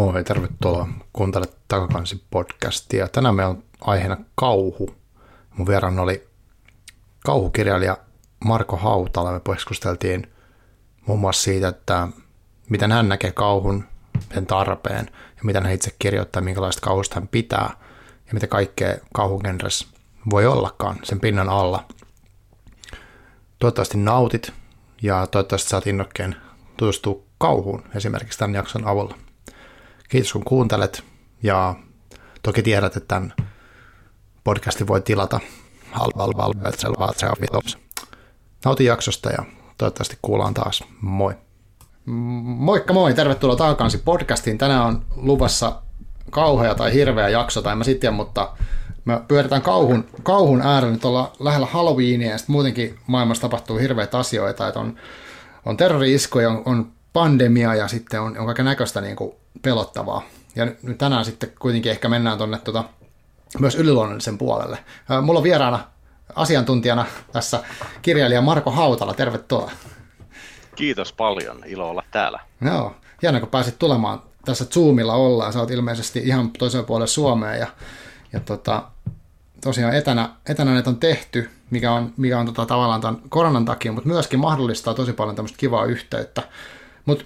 Moi, tervetuloa kuuntelemaan Takakansi podcastia. Tänään meillä on aiheena kauhu. Mun vieraana oli kauhukirjailija Marko Hautala. Me keskusteltiin muun muassa siitä, että miten hän näkee kauhun, sen tarpeen ja miten hän itse kirjoittaa, minkälaista kauhusta hän pitää ja mitä kaikkea kauhugenres voi ollakaan sen pinnan alla. Toivottavasti nautit ja toivottavasti saat innokkeen tutustua kauhuun esimerkiksi tämän jakson avulla. Kiitos kun kuuntelet ja toki tiedät, että tämän podcastin voi tilata Nauti jaksosta ja toivottavasti kuullaan taas. Moi. Moikka moi, tervetuloa Takakansi podcastiin. Tänään on luvassa kauhea tai hirveä jakso, tai en mä sitten tiedä, mutta me pyöritään kauhun äärellä. Nyt ollaan lähellä Halloweenia ja sitten muutenkin maailmassa tapahtuu hirveitä asioita, että on terrori-iskuja, on pandemia ja sitten on kaiken näköistä niin kuin pelottavaa. Ja nyt tänään sitten kuitenkin ehkä mennään tuonne myös yliluonnollisen puolelle. Mulla on vieraana asiantuntijana tässä kirjailija Marko Hautala. Tervetuloa. Kiitos paljon. Ilo olla täällä. Joo, hienoa kun pääsit tulemaan. Tässä Zoomilla ollaan. Sä oot ilmeisesti ihan toisella puolella Suomea ja tosiaan etänä näitä on tehty, mikä on tavallaan tämän koronan takia, mutta myöskin mahdollistaa tosi paljon tämmöistä kivaa yhteyttä. Mutta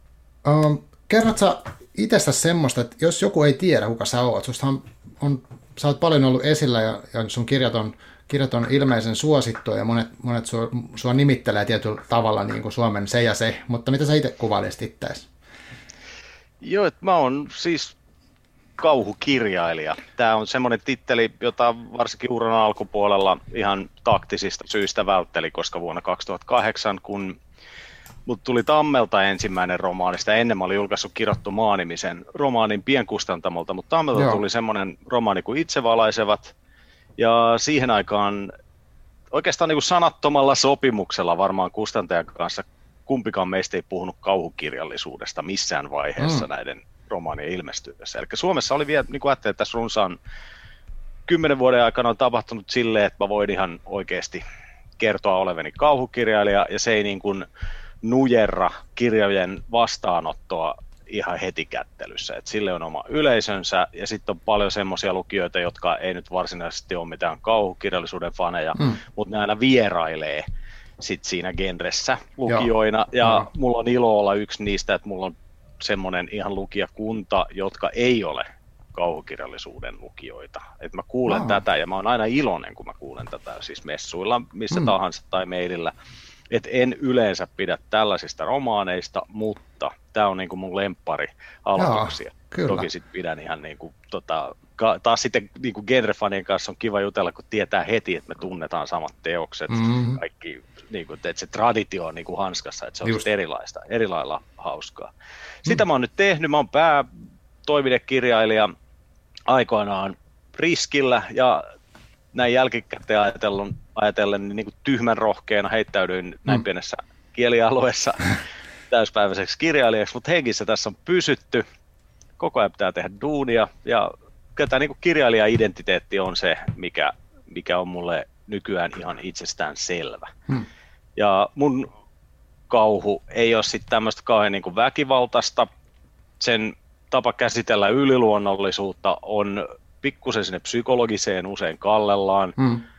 kerrot sä itsestäsi semmoista, että jos joku ei tiedä, kuka sä oot, sä oot paljon ollut esillä ja sun kirjat on ilmeisen suosittuja ja monet sua nimittelee tietyllä tavalla niin kuin Suomen se ja se, mutta mitä sä itse kuvailisit itseäsi? Joo, että mä oon siis kauhukirjailija. Tämä on semmoinen titteli, jota varsinkin uran alkupuolella ihan taktisista syistä vältteli, koska vuonna 2008, kun mut tuli Tammelta ensimmäinen romaani, sitä ennen mä olin julkaissut Kirottu maa-nimisen romaanin pienkustantamolta, mutta Tammelta tuli semmoinen romaani kuin Itsevalaisevat, ja siihen aikaan oikeastaan niin kuin sanattomalla sopimuksella varmaan kustantajan kanssa kumpikaan meistä ei puhunut kauhukirjallisuudesta missään vaiheessa näiden romaanien ilmestyessä. Eli Suomessa oli vielä, niin kuin ajattelin, että tässä runsaan 10 vuoden aikana on tapahtunut silleen, että mä voin ihan oikeasti kertoa oleveni kauhukirjailija, ja se ei niin kuin nujerra kirjojen vastaanottoa ihan heti kättelyssä. Et sille on oma yleisönsä, ja sitten on paljon semmoisia lukijoita, jotka ei nyt varsinaisesti ole mitään kauhukirjallisuuden faneja, mutta ne aina vierailee sit siinä genressä lukijoina, ja mulla on ilo olla yksi niistä, että mulla on semmoinen ihan lukijakunta, jotka ei ole kauhukirjallisuuden lukijoita. Et mä kuulen tätä, ja mä oon aina iloinen, kun mä kuulen tätä, siis messuilla, missä tahansa tai mailillä. Et en yleensä pidä tällaisista romaaneista, mutta tää on niinku mun lemppari aloituksia. Toki sit pidän ihan niinku, taas sitten niinku genrefanien kanssa on kiva jutella, kun tietää heti, että me tunnetaan samat teokset. Kaikki, niinku, että se traditio on niinku hanskassa, että se on eri lailla hauskaa. Sitä mä oon nyt tehnyt, mä oon päätoimidekirjailija aikoinaan Riskillä, ja näin jälkikäteen ajatellen niin kuin tyhmän rohkeana heittäydyin näin pienessä kielialueessa täyspäiväiseksi kirjailijaksi, mutta hengissä tässä on pysytty. Koko ajan pitää tehdä duunia, ja kyllä tämä niin kuin kirjailija-identiteetti on se, mikä on mulle nykyään ihan itsestään selvä. Ja mun kauhu ei ole sitten tämmöistä kauhean niin kuin väkivaltaista. Sen tapa käsitellä yliluonnollisuutta on pikkusen sinne psykologiseen usein kallellaan.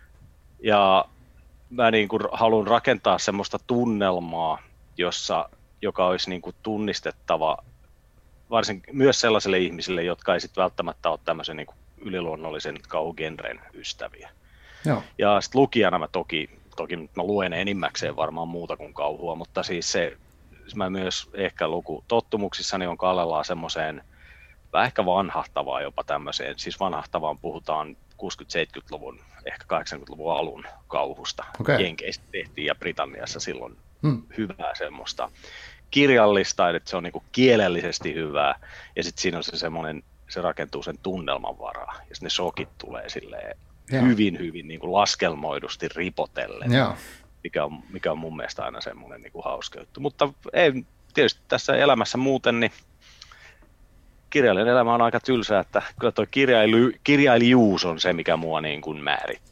Ja mä niin kuin haluan rakentaa semmoista tunnelmaa, joka olisi niin kuin tunnistettava varsinkin myös sellaisille ihmisille, jotka ei sitten välttämättä ole tämmöisen niin kuin yliluonnollisen kauhugenren ystäviä. Joo. Ja sitten lukijana mä toki mä luen enimmäkseen varmaan muuta kuin kauhua, mutta siis mä myös ehkä lukutottumuksissani on kallellaan semmoiseen vähän ehkä vanhahtavaa jopa tämmöiseen, siis vanhahtavaan puhutaan 60-70-luvun, ehkä 80-luvun alun kauhusta. Jenkeistä tehtiin ja Britanniassa silloin hyvää semmoista kirjallista, että se on niinku kielellisesti hyvää, ja sitten siinä on se semmoinen, se rakentuu sen tunnelman varaa, ja sitten ne shokit tulee silleen hyvin niinku laskelmoidusti ripotellen, mikä on mun mielestä aina semmoinen niinku hauska juttu. Mutta ei, tietysti tässä elämässä muuten, niin kirjailijan elämä on aika tylsää, että kyllä tuo kirjailijuus on se, mikä mua niin kuin määrittää.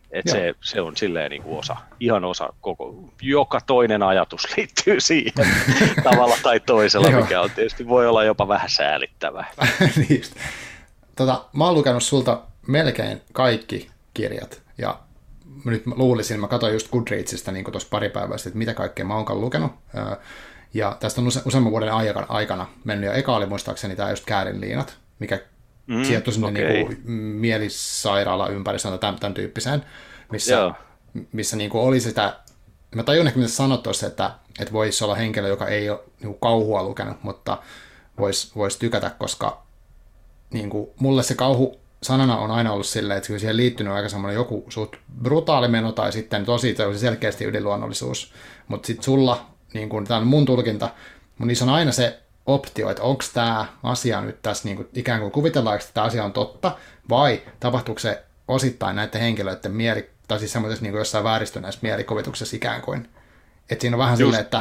Se on silleen niin kuin ihan osa joka toinen ajatus liittyy siihen tavalla tai toisella, mikä on tietysti voi olla jopa vähän säälittävää. Niin. Mä oon lukenut sulta melkein kaikki kirjat, ja nyt luulisin, mä katsoin just Goodreadsista niin tuossa pari päivää sitten, että mitä kaikkea mä oonkaan lukenut, ja tästä on useamman vuoden aikana mennyt, ja eka oli muistaakseni tämä just Käärinliinat, mikä sijoittui sinne niin mielisairaala ympäristöön tämän tyyppiseen, missä niin kuin oli sitä, mä tajun ehkä mitä sanot tuossa, että voisi olla henkilö, joka ei ole niin kuin kauhua lukenut, mutta voisi tykätä, koska niin kuin, mulle se kauhu sanana on aina ollut silleen, että siihen liittynyt aika semmoinen joku suht brutaali meno tai sitten tosi selkeästi yliluonnollisuus, mutta sitten sulla, niin kuin, tämä on mun tulkinta, mutta niissä on aina se optio, että onko tämä asia nyt tässä niin kuin, ikään kuin kuvitellaanko, että tämä asia on totta, vai tapahtuuko se osittain näiden henkilöiden tai siis semmoisessa niin kuin jossain vääristyneessä mielikuvituksessa ikään kuin. Että siinä on vähän silleen, että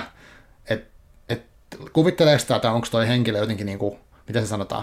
kuvitteleeko sitä, että onko toi henkilö jotenkin, niin kuin, mitä se sanotaan,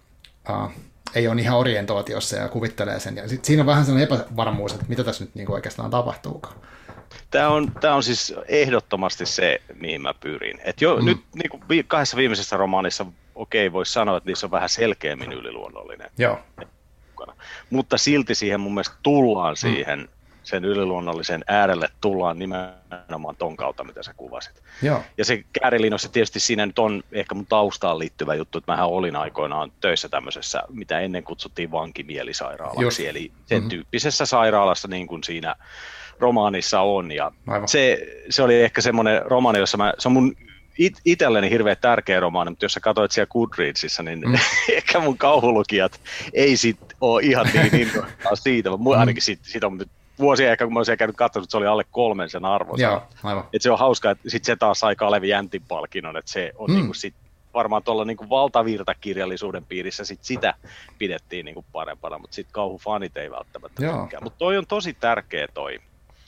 ei ole ihan orientoitiossa ja kuvittelee sen. Ja siinä on vähän sellainen epävarmuus, että mitä tässä nyt niin kuin oikeastaan tapahtuukaan. Tämä on siis ehdottomasti se, mihin mä pyrin. Et nyt niin kuin kahdessa viimeisessä romaanissa, voisi sanoa, että niissä on vähän selkeämmin yliluonnollinen. Joo. Mutta silti siihen mun mielestä tullaan siihen, sen yliluonnollisen äärelle tullaan nimenomaan ton kautta, mitä sä kuvasit. Joo. Ja se Käärinliinossa tietysti siinä nyt on ehkä mun taustaan liittyvä juttu, että mähän olin aikoinaan töissä tämmöisessä, mitä ennen kutsuttiin vankimielisairaalaksi, eli sen tyyppisessä sairaalassa niin kuin siinä romaanissa on. Ja se oli ehkä semmoinen romaani, jossa se on mun itselleni hirveän tärkeä romaani, mutta jos sä katsoit siellä Goodreadsissa, niin ehkä mun kauhulukijat ei sit ole ihan niin innoittaa siitä, mutta ainakin siitä on nyt vuosia ehkä, kun mä olisin käynyt katsonut, että se oli alle 3 sen arvoisa. Että se on hauskaa, että sit se taas sai Kalevi Jäntin palkinnon, että se on niinku sit varmaan tuolla niinku valtavirtakirjallisuuden piirissä sitä pidettiin niinku parempana, mutta sitten kauhufanit ei välttämättä tykkää. Mutta toi on tosi tärkeä toi.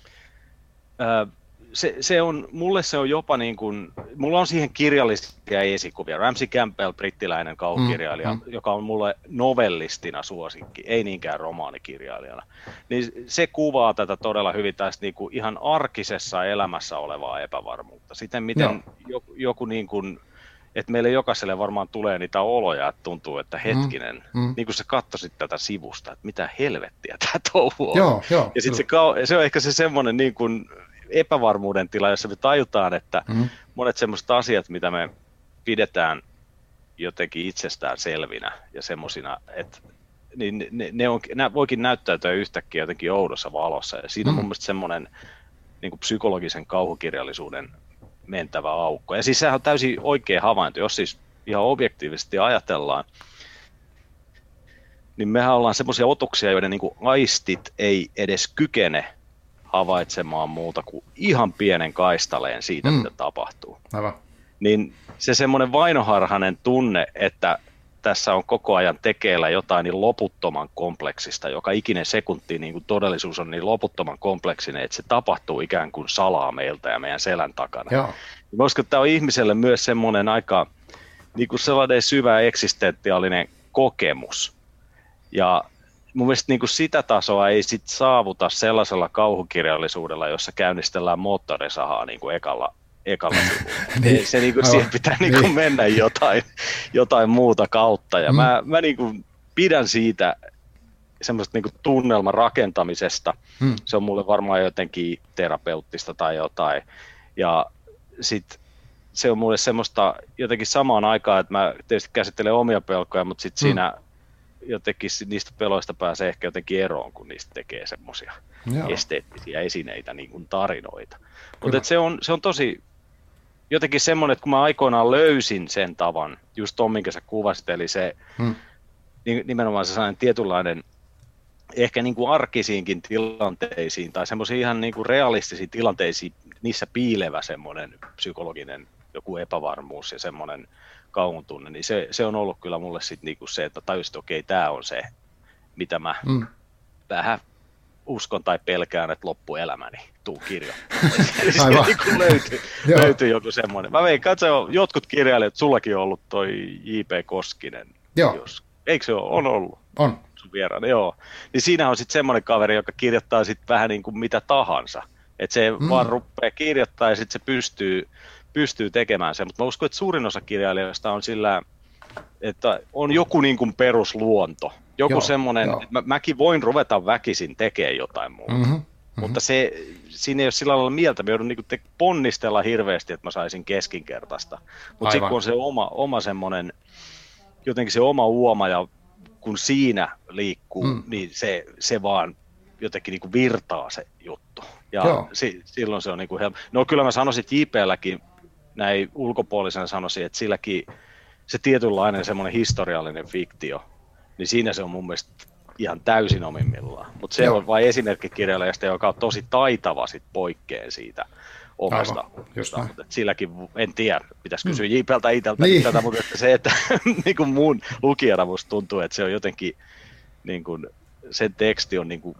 Mulle se on jopa niin kuin, mulla on siihen kirjallisia esikuvia. Ramsey Campbell, brittiläinen kauhukirjailija, joka on mulle novellistina suosikki, ei niinkään romaanikirjailijana. Niin se kuvaa tätä todella hyvin tästä niin kuin ihan arkisessa elämässä olevaa epävarmuutta. Sitten miten joku niin kuin, että meille jokaiselle varmaan tulee niitä oloja, että tuntuu, että hetkinen, niin kuin sä katsoisit tätä sivusta, että mitä helvettiä tämä touhu on. Ja sitten se on ehkä se semmoinen niin kuin epävarmuuden tila, jossa me tajutaan, että monet semmoiset asiat, mitä me pidetään jotenkin itsestään selvinä ja semmoisina, että niin ne voikin näyttäytyä yhtäkkiä jotenkin oudossa valossa. Ja siinä on mun mielestä semmoinen niin kuin psykologisen kauhukirjallisuuden mentävä aukko. Ja siis sehän on täysin oikea havainto, jos siis ihan objektiivisesti ajatellaan, niin mehän ollaan semmoisia otuksia, joiden niin kuin aistit ei edes kykene havaitsemaan muuta kuin ihan pienen kaistaleen siitä, mitä tapahtuu. Aivan. Niin se semmoinen vainoharhainen tunne, että tässä on koko ajan tekeillä jotain niin loputtoman kompleksista, joka ikinen sekunti niin kuin todellisuus on niin loputtoman kompleksinen, että se tapahtuu ikään kuin salaa meiltä ja meidän selän takana. Joo. Koska tämä on ihmiselle myös semmoinen aika niin kuin sellainen syvä eksistentiaalinen kokemus. Ja mun mielestä niin kuin sitä tasoa ei sit saavuta sellaisella kauhukirjallisuudella, jossa käynnistellään moottorisahaa niin kuin ekalla sivulla. Se niin kuin, siihen pitää niin kuin mennä jotain muuta kautta. Ja mä niin kuin pidän siitä semmoista niin kuin tunnelman rakentamisesta. Se on mulle varmaan jotenkin terapeuttista tai jotain. Ja sitten se on mulle semmoista jotenkin samaan aikaan, että mä tietysti käsittelen omia pelkoja, mutta sitten siinä jotenkin niistä peloista pääsee ehkä jotenkin eroon, kun niistä tekee semmoisia esteettisiä esineitä, niin kuin tarinoita. Mutta se on tosi jotenkin semmoinen, että kun mä aikoinaan löysin sen tavan, just ton, minkä sä kuvasit, eli se nimenomaan se sellainen tietynlainen, ehkä niin kuin arkisiinkin tilanteisiin tai semmoisiin ihan niin kuin realistisiin tilanteisiin, niissä piilevä semmoinen psykologinen joku epävarmuus ja semmoinen kauhun tunne, niin se on ollut kyllä mulle sitten niinku se, että tajusin, että okei, tämä on se, mitä mä vähän uskon tai pelkään, että loppuelämäni tuu kirjoittamaan. Eli se niinku löytyy joku semmoinen. Mä veikkaan, että se on jotkut kirjailijat, sullakin on ollut toi J.P. Koskinen. Joo. Eikö se ole? On ollut. On. sun vieraana, joo. Niin siinä on sitten semmoinen kaveri, joka kirjoittaa sitten vähän niin kuin mitä tahansa. Että se vaan rupeaa kirjoittaa ja sitten se pystyy tekemään sen. Mutta mä uskon, että suurin osa kirjailijoista on sillä, että on joku niin kuin perusluonto. Joku semmoinen, että mäkin voin ruveta väkisin tekemään jotain muuta. Mutta siinä ei ole sillä lailla mieltä, mä joudun niin kuin ponnistella hirveästi, että mä saisin keskinkertaista. Mutta sitten kun on se oma semmoinen, jotenkin se oma uoma ja kun siinä liikkuu, niin se vaan jotenkin niin kuin virtaa se juttu. Ja silloin se on niin kuin helppo. No kyllä mä sanoisin, että JP:lläkin, näin ulkopuolisena sanoisin, että silläkin se tietynlainen semmoinen historiallinen fiktio, niin siinä se on mun mielestä ihan täysin omimmillaan. Mutta se on vain esimerkkikirjailijasta, joka on tosi taitava sit poikkeen siitä omasta. Mutta silläkin, en tiedä, pitäisi kysyä JP:ltä itseltä tätä, mutta että se, että niin kuin mun lukijana musta tuntuu, että se on jotenkin, niin kuin, sen teksti on niin kuin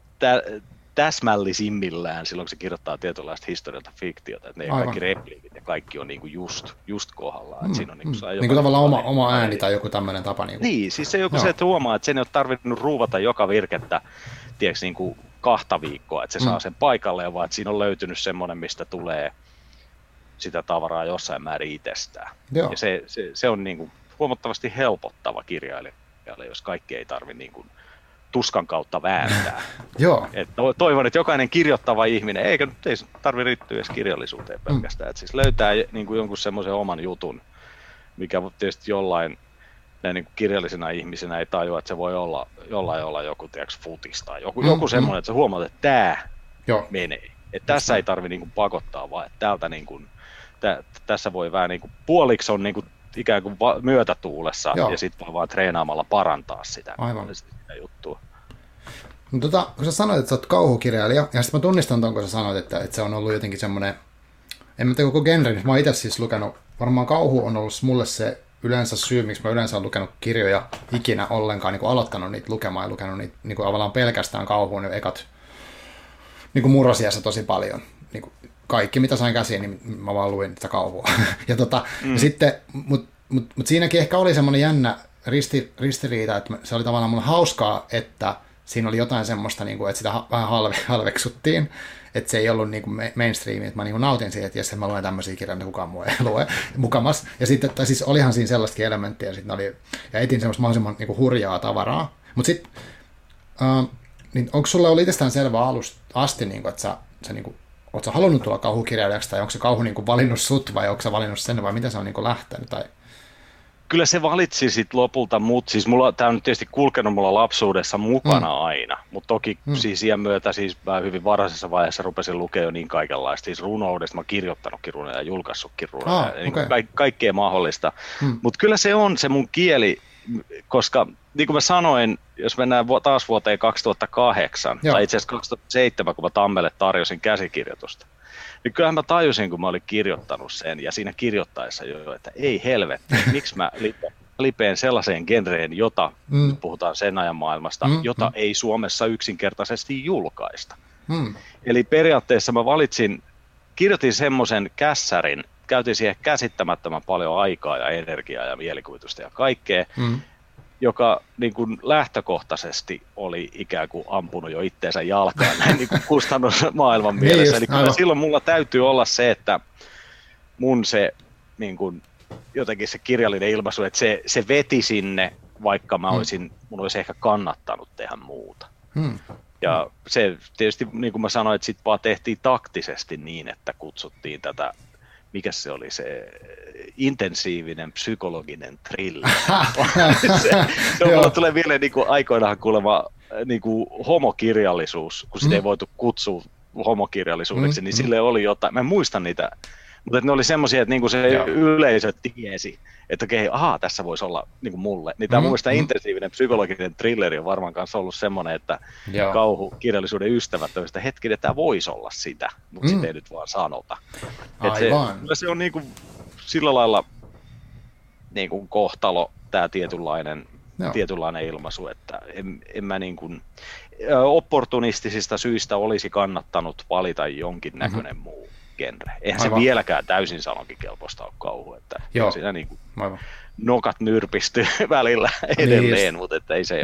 täsmällisimmillään silloin, kun se kirjoittaa tietynlaista historialta fiktiota, että ne kaikki repliikit ja kaikki on niin kuin just kohdallaan. Että siinä on niin kuin tavallaan oma ääni tai joku tämmöinen tapa. Niin, siis se joku se, että huomaa, että sen ei ole tarvinnut ruuvata joka virkettä, tiedätkö, niin kuin 2 viikkoa, että se saa sen paikalle, vaan että siinä on löytynyt semmoinen, mistä tulee sitä tavaraa jossain määrin itsestään. Ja se on niin kuin huomattavasti helpottava kirjailijalle, jos kaikki ei tarvitse niin kuin tuskan kautta vääntää. Toivon, että jokainen kirjoittava ihminen, ei tarvitse riittyä edes kirjallisuuteen pelkästään, että siis löytää niin kuin jonkun semmoisen oman jutun, mikä tietysti jollain niin kuin kirjallisena ihmisenä ei tajua, että se voi olla jollain joku futis tai joku semmoinen, että sä huomaat, että tämä menee. Että tässä ei tarvitse niin kuin pakottaa, vaan että täältä niin kuin, tässä voi vähän niin kuin, puoliksi on niin kuin ikään kuin myötätuulessa ja sitten vaan treenaamalla parantaa sitä juttua. No, kun sä sanoit, että sä oot kauhukirjailija, ja sitten mä tunnistan ton, kun sä sanoit, että se on ollut jotenkin semmoinen, en mä tiedä koko genre, mä oon itse siis lukenut, varmaan kauhu on ollut mulle se yleensä syy, miksi mä yleensä olen lukenut kirjoja ikinä ollenkaan, niin kuin aloittanut niitä lukemaan ja lukenut niitä niin kuin tavallaan pelkästään kauhuun, niin ekat niin kuin murrosiassa tosi paljon. Niin kuin kaikki, mitä sain käsiin, niin mä vaan luin sitä kauhua. ja sitten, mutta siinäkin ehkä oli semmoinen jännä ristiriita, että se oli tavallaan mulle hauskaa, että siinä oli jotain semmoista, niin kuin, että sitä vähän halveksuttiin, että se ei ollut niin kuin mainstreamia, että mä niin kuin nautin siitä, että jes, mä luen tämmöisiä kirjoja, niin kukaan muu ei lue mukamas. Ja sitten, tai siis olihan siinä sellaistakin elementtiä, ja etin semmoista mahdollisimman niin kuin hurjaa tavaraa. Mutta sitten, niin onko sulla ollut itsestään selvä alusta asti, niin kuin, että sä niin kuin, ootko sä halunnut tulla kauhukirjailijaksi, tai onko se kauhu niin kuin valinnut sut, vai onko sä valinnut sen, vai miten se on niin kuin lähtenyt? Tai... Kyllä se valitsi sitten lopulta mut, siis tämä on nyt tietysti kulkenut mulla lapsuudessa mukana aina, mutta toki siis iän myötä siis mä hyvin varhaisessa vaiheessa rupesin lukea jo niin kaikenlaista, siis runoudesta, mä oon kirjoittanutkin runoja ja julkaissutkin runoja, niin kaikkea mahdollista, mutta kyllä se on se mun kieli, koska niin kuin mä sanoin, jos mennään taas vuoteen 2008, tai itse asiassa 2007, kun mä Tammelle tarjosin käsikirjoitusta, niin kyllähän mä tajusin, kun mä olin kirjoittanut sen, ja siinä kirjoittaessa jo, että ei helvetti, miksi mä lipeen sellaiseen genreen, jota, nyt puhutaan sen ajan maailmasta, jota ei Suomessa yksinkertaisesti julkaista. Eli periaatteessa mä kirjoitin semmoisen kässärin, käytin siihen käsittämättömän paljon aikaa ja energiaa ja mielikuvitusta ja kaikkea, joka niin kuin lähtökohtaisesti oli ikään kuin ampunut jo itteensä jalkaan näin niin kuin kustannusmaailman mielessä. Eli kyllä silloin mulla täytyy olla se, että mun se niin kuin, jotenkin se kirjallinen ilmaisu, että se veti sinne, vaikka mun olisi ehkä kannattanut tehdä muuta. Ja se tietysti, niin kuin mä sanoin, että sitten vaan tehtiin taktisesti niin, että kutsuttiin tätä, mikä se oli se intensiivinen psykologinen thriller. Mulla tulee vielä niin kuin aikoinaan kuulemma niin kuin homokirjallisuus, kun sitä ei voitu kutsua homokirjallisuudeksi, niin sille oli jotain. Mä en muista niitä, mutta ne oli semmoisia, että niin kuin se yleisö tiesi, että okei, tässä voisi olla niin kuin mulle. Niin tämä mun mielestä intensiivinen psykologinen thrilleri on varmaan kanssa ollut semmoinen, että kauhukirjallisuuden ystävät on sitä hetkinen, että tämä voisi olla sitä, mutta sitä ei nyt vaan sanota. Se on niin kuin sillä lailla niin kuin kohtalo, tämä tietynlainen ilmaisu, että en mä niin kuin opportunistisista syistä olisi kannattanut valita jonkin näköinen muu genre. Eihän se vieläkään täysin salonkikelpoista ole kauhu, että siinä niin kuin nokat nyrpistyy välillä edelleen, mutta että ei se haittaa.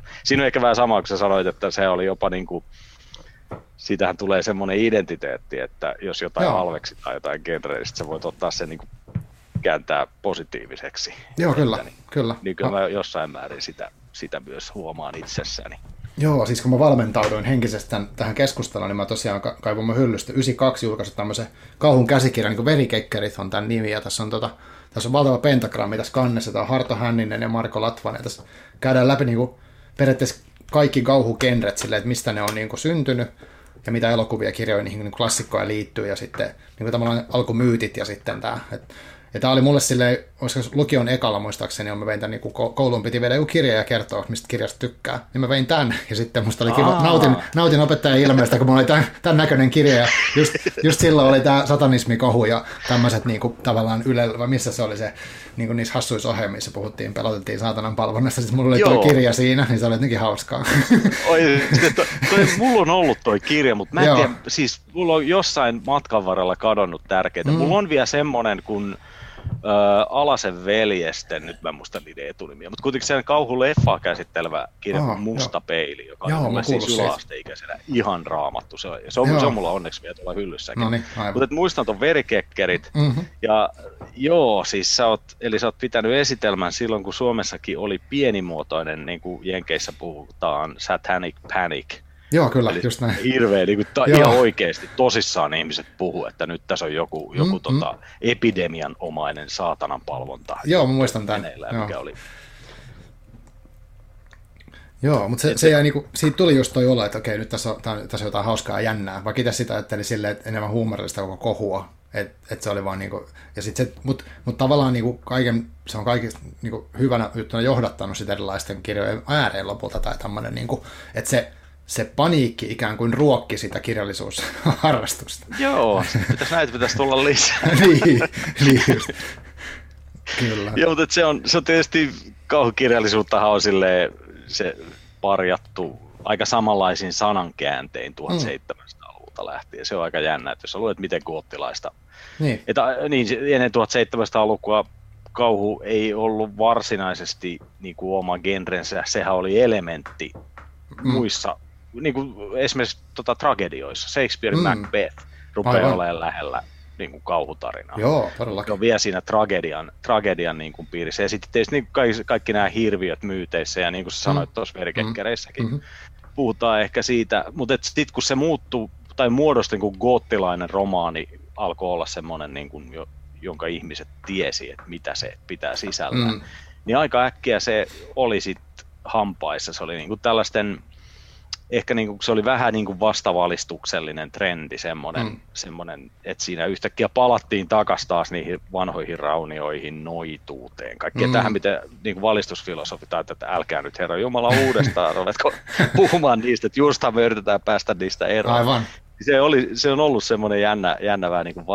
siinä on ehkä vähän sama, kun sä sanoit, että se oli jopa niin kuin, siitähän tulee semmoinen identiteetti, että jos jotain halveksi tai jotain genreä, niin sä voit ottaa sen niin kuin kääntää positiiviseksi. Joo, kyllä. Niin, kyllä. Niin kyllä mä jossain määrin sitä myös huomaan itsessäni. Joo, siis kun mä valmentauduin henkisesti tähän keskusteluun, niin mä tosiaan kaivoin mun hyllystä 92 julkaisut tämmöisen kauhun käsikirjan, niin kuin Verikekkerit on tämän nimi, ja tässä on valtava pentagrammi tässä kannessa, tämä on Harto Hänninen ja Marko Latvanen, ja tässä käydään läpi niin kuin periaatteessa kaikki kauhugenret silleen, että mistä ne on niin kuin syntynyt, ja mitä elokuvia kirjoja niihin niin klassikkoja liittyy, ja sitten niin kuin tavallaan alkumyytit, ja sitten tämä, ja tämä oli mulle silleen, olisiko lukion ekalla muistaakseni, ja mä vein tämän, niin kouluun piti viedä joku kirja ja kertoa, mistä kirjasta tykkää. Niin mä vein tämän, ja sitten musta oli kiva, nautin opettajan ilmeestä, kun mulla oli tämän näköinen kirja, ja just silloin oli tämä satanismikohu ja tämmöiset niin kuin, tavallaan Ylellä, vai missä se oli se, niin kuin niissä hassuissa ohjelmissa puhuttiin, peloteltiin saatanan palvonnasta, sitten mulla oli tuo kirja siinä, niin se oli jotenkin hauskaa. Oi, mulla on ollut toi kirja, mutta mä en tiedä, siis mulla on jossain matkan varrella kadonnut tärkeitä. Mulla on vielä semmonen, kun Alasen veljesten, nyt mä en muista niiden etunimiä, mutta kuitenkin sen kauhuleffaa käsittelevä kirja kuin Musta peili, joka on mulle siis yläasteikäisenä ihan raamattu. Se on mulla onneksi vielä tuolla hyllyssäkin. Mutta muistan ton Verikekkerit, ja siis sä oot pitänyt esitelmän silloin, kun Suomessakin oli pienimuotoinen, niin kuin Jenkeissä puhutaan, satanic panic. Joo, kyllä, eli just näin. Hirveä, niin ihan oikeasti tosissaan ihmiset puhuu, että nyt tässä on joku epidemianomainen saatanan palvonta. Joo, mä muistan tämän. Mikä oli. Joo, mutta se jäi niinku, siitä tuli just toi olo, että okei, nyt tässä on jotain hauskaa ja jännää. Vaikka itse sitä ajattelin silleen, että enemmän huumorillista koko kohua. Että se oli vaan niinku, ja sit se, mut tavallaan niinku se on kaikista niinku hyvänä juttuna johdattanut sit erilaisten kirjojen ääreen lopulta tai tämmönen niinku, että se paniikki ikään kuin ruokki sitä kirjallisuusharrastusta. Joo, näitä pitäisi tulla lisää. niin just. Kyllä. Joo, mutta se on tietysti kauhukirjallisuuttahan on silleen, se parjattu aika samanlaisin sanankääntein 1700-luvulta lähtien. Se on aika jännä, että jos sä luet miten goottilaista. Niin. Ennen 1700-lukua kauhu ei ollut varsinaisesti niin kuin oma genrensä, sehän oli elementti muissa, niin kuin esimerkiksi tragedioissa. Shakespearen Macbeth rupeaa olemaan lähellä niin kuin kauhutarinaa. Joo, todellakin. On vielä siinä tragedian niin kuin piirissä. Ja sitten tietysti niin kaikki nämä hirviöt myyteissä, ja niin kuin sä sanoit tuossa Verikekkereissäkin, puhutaan ehkä siitä, mutta sitten kun se muuttuu, tai muodostui niin kuin goottilainen romaani, alkoi olla semmoinen, niin kuin, jonka ihmiset tiesi, että mitä se pitää sisällään, niin aika äkkiä se oli sitten hampaissa. Se oli niin kuin tällaisten, ehkä niin kuin, se oli vähän niin kuin vastavalistuksellinen trendi, semmoinen, että siinä yhtäkkiä palattiin takaisin taas niihin vanhoihin raunioihin, noituuteen, kaikkea tähän, mitä niin kuin valistusfilosofit että älkää nyt Herra Jumala uudestaan, ruvetko puhumaan niistä, että justhan me yritetään päästä niistä eroon. Aivan. Se on ollut semmoinen jännä vähän niin kuin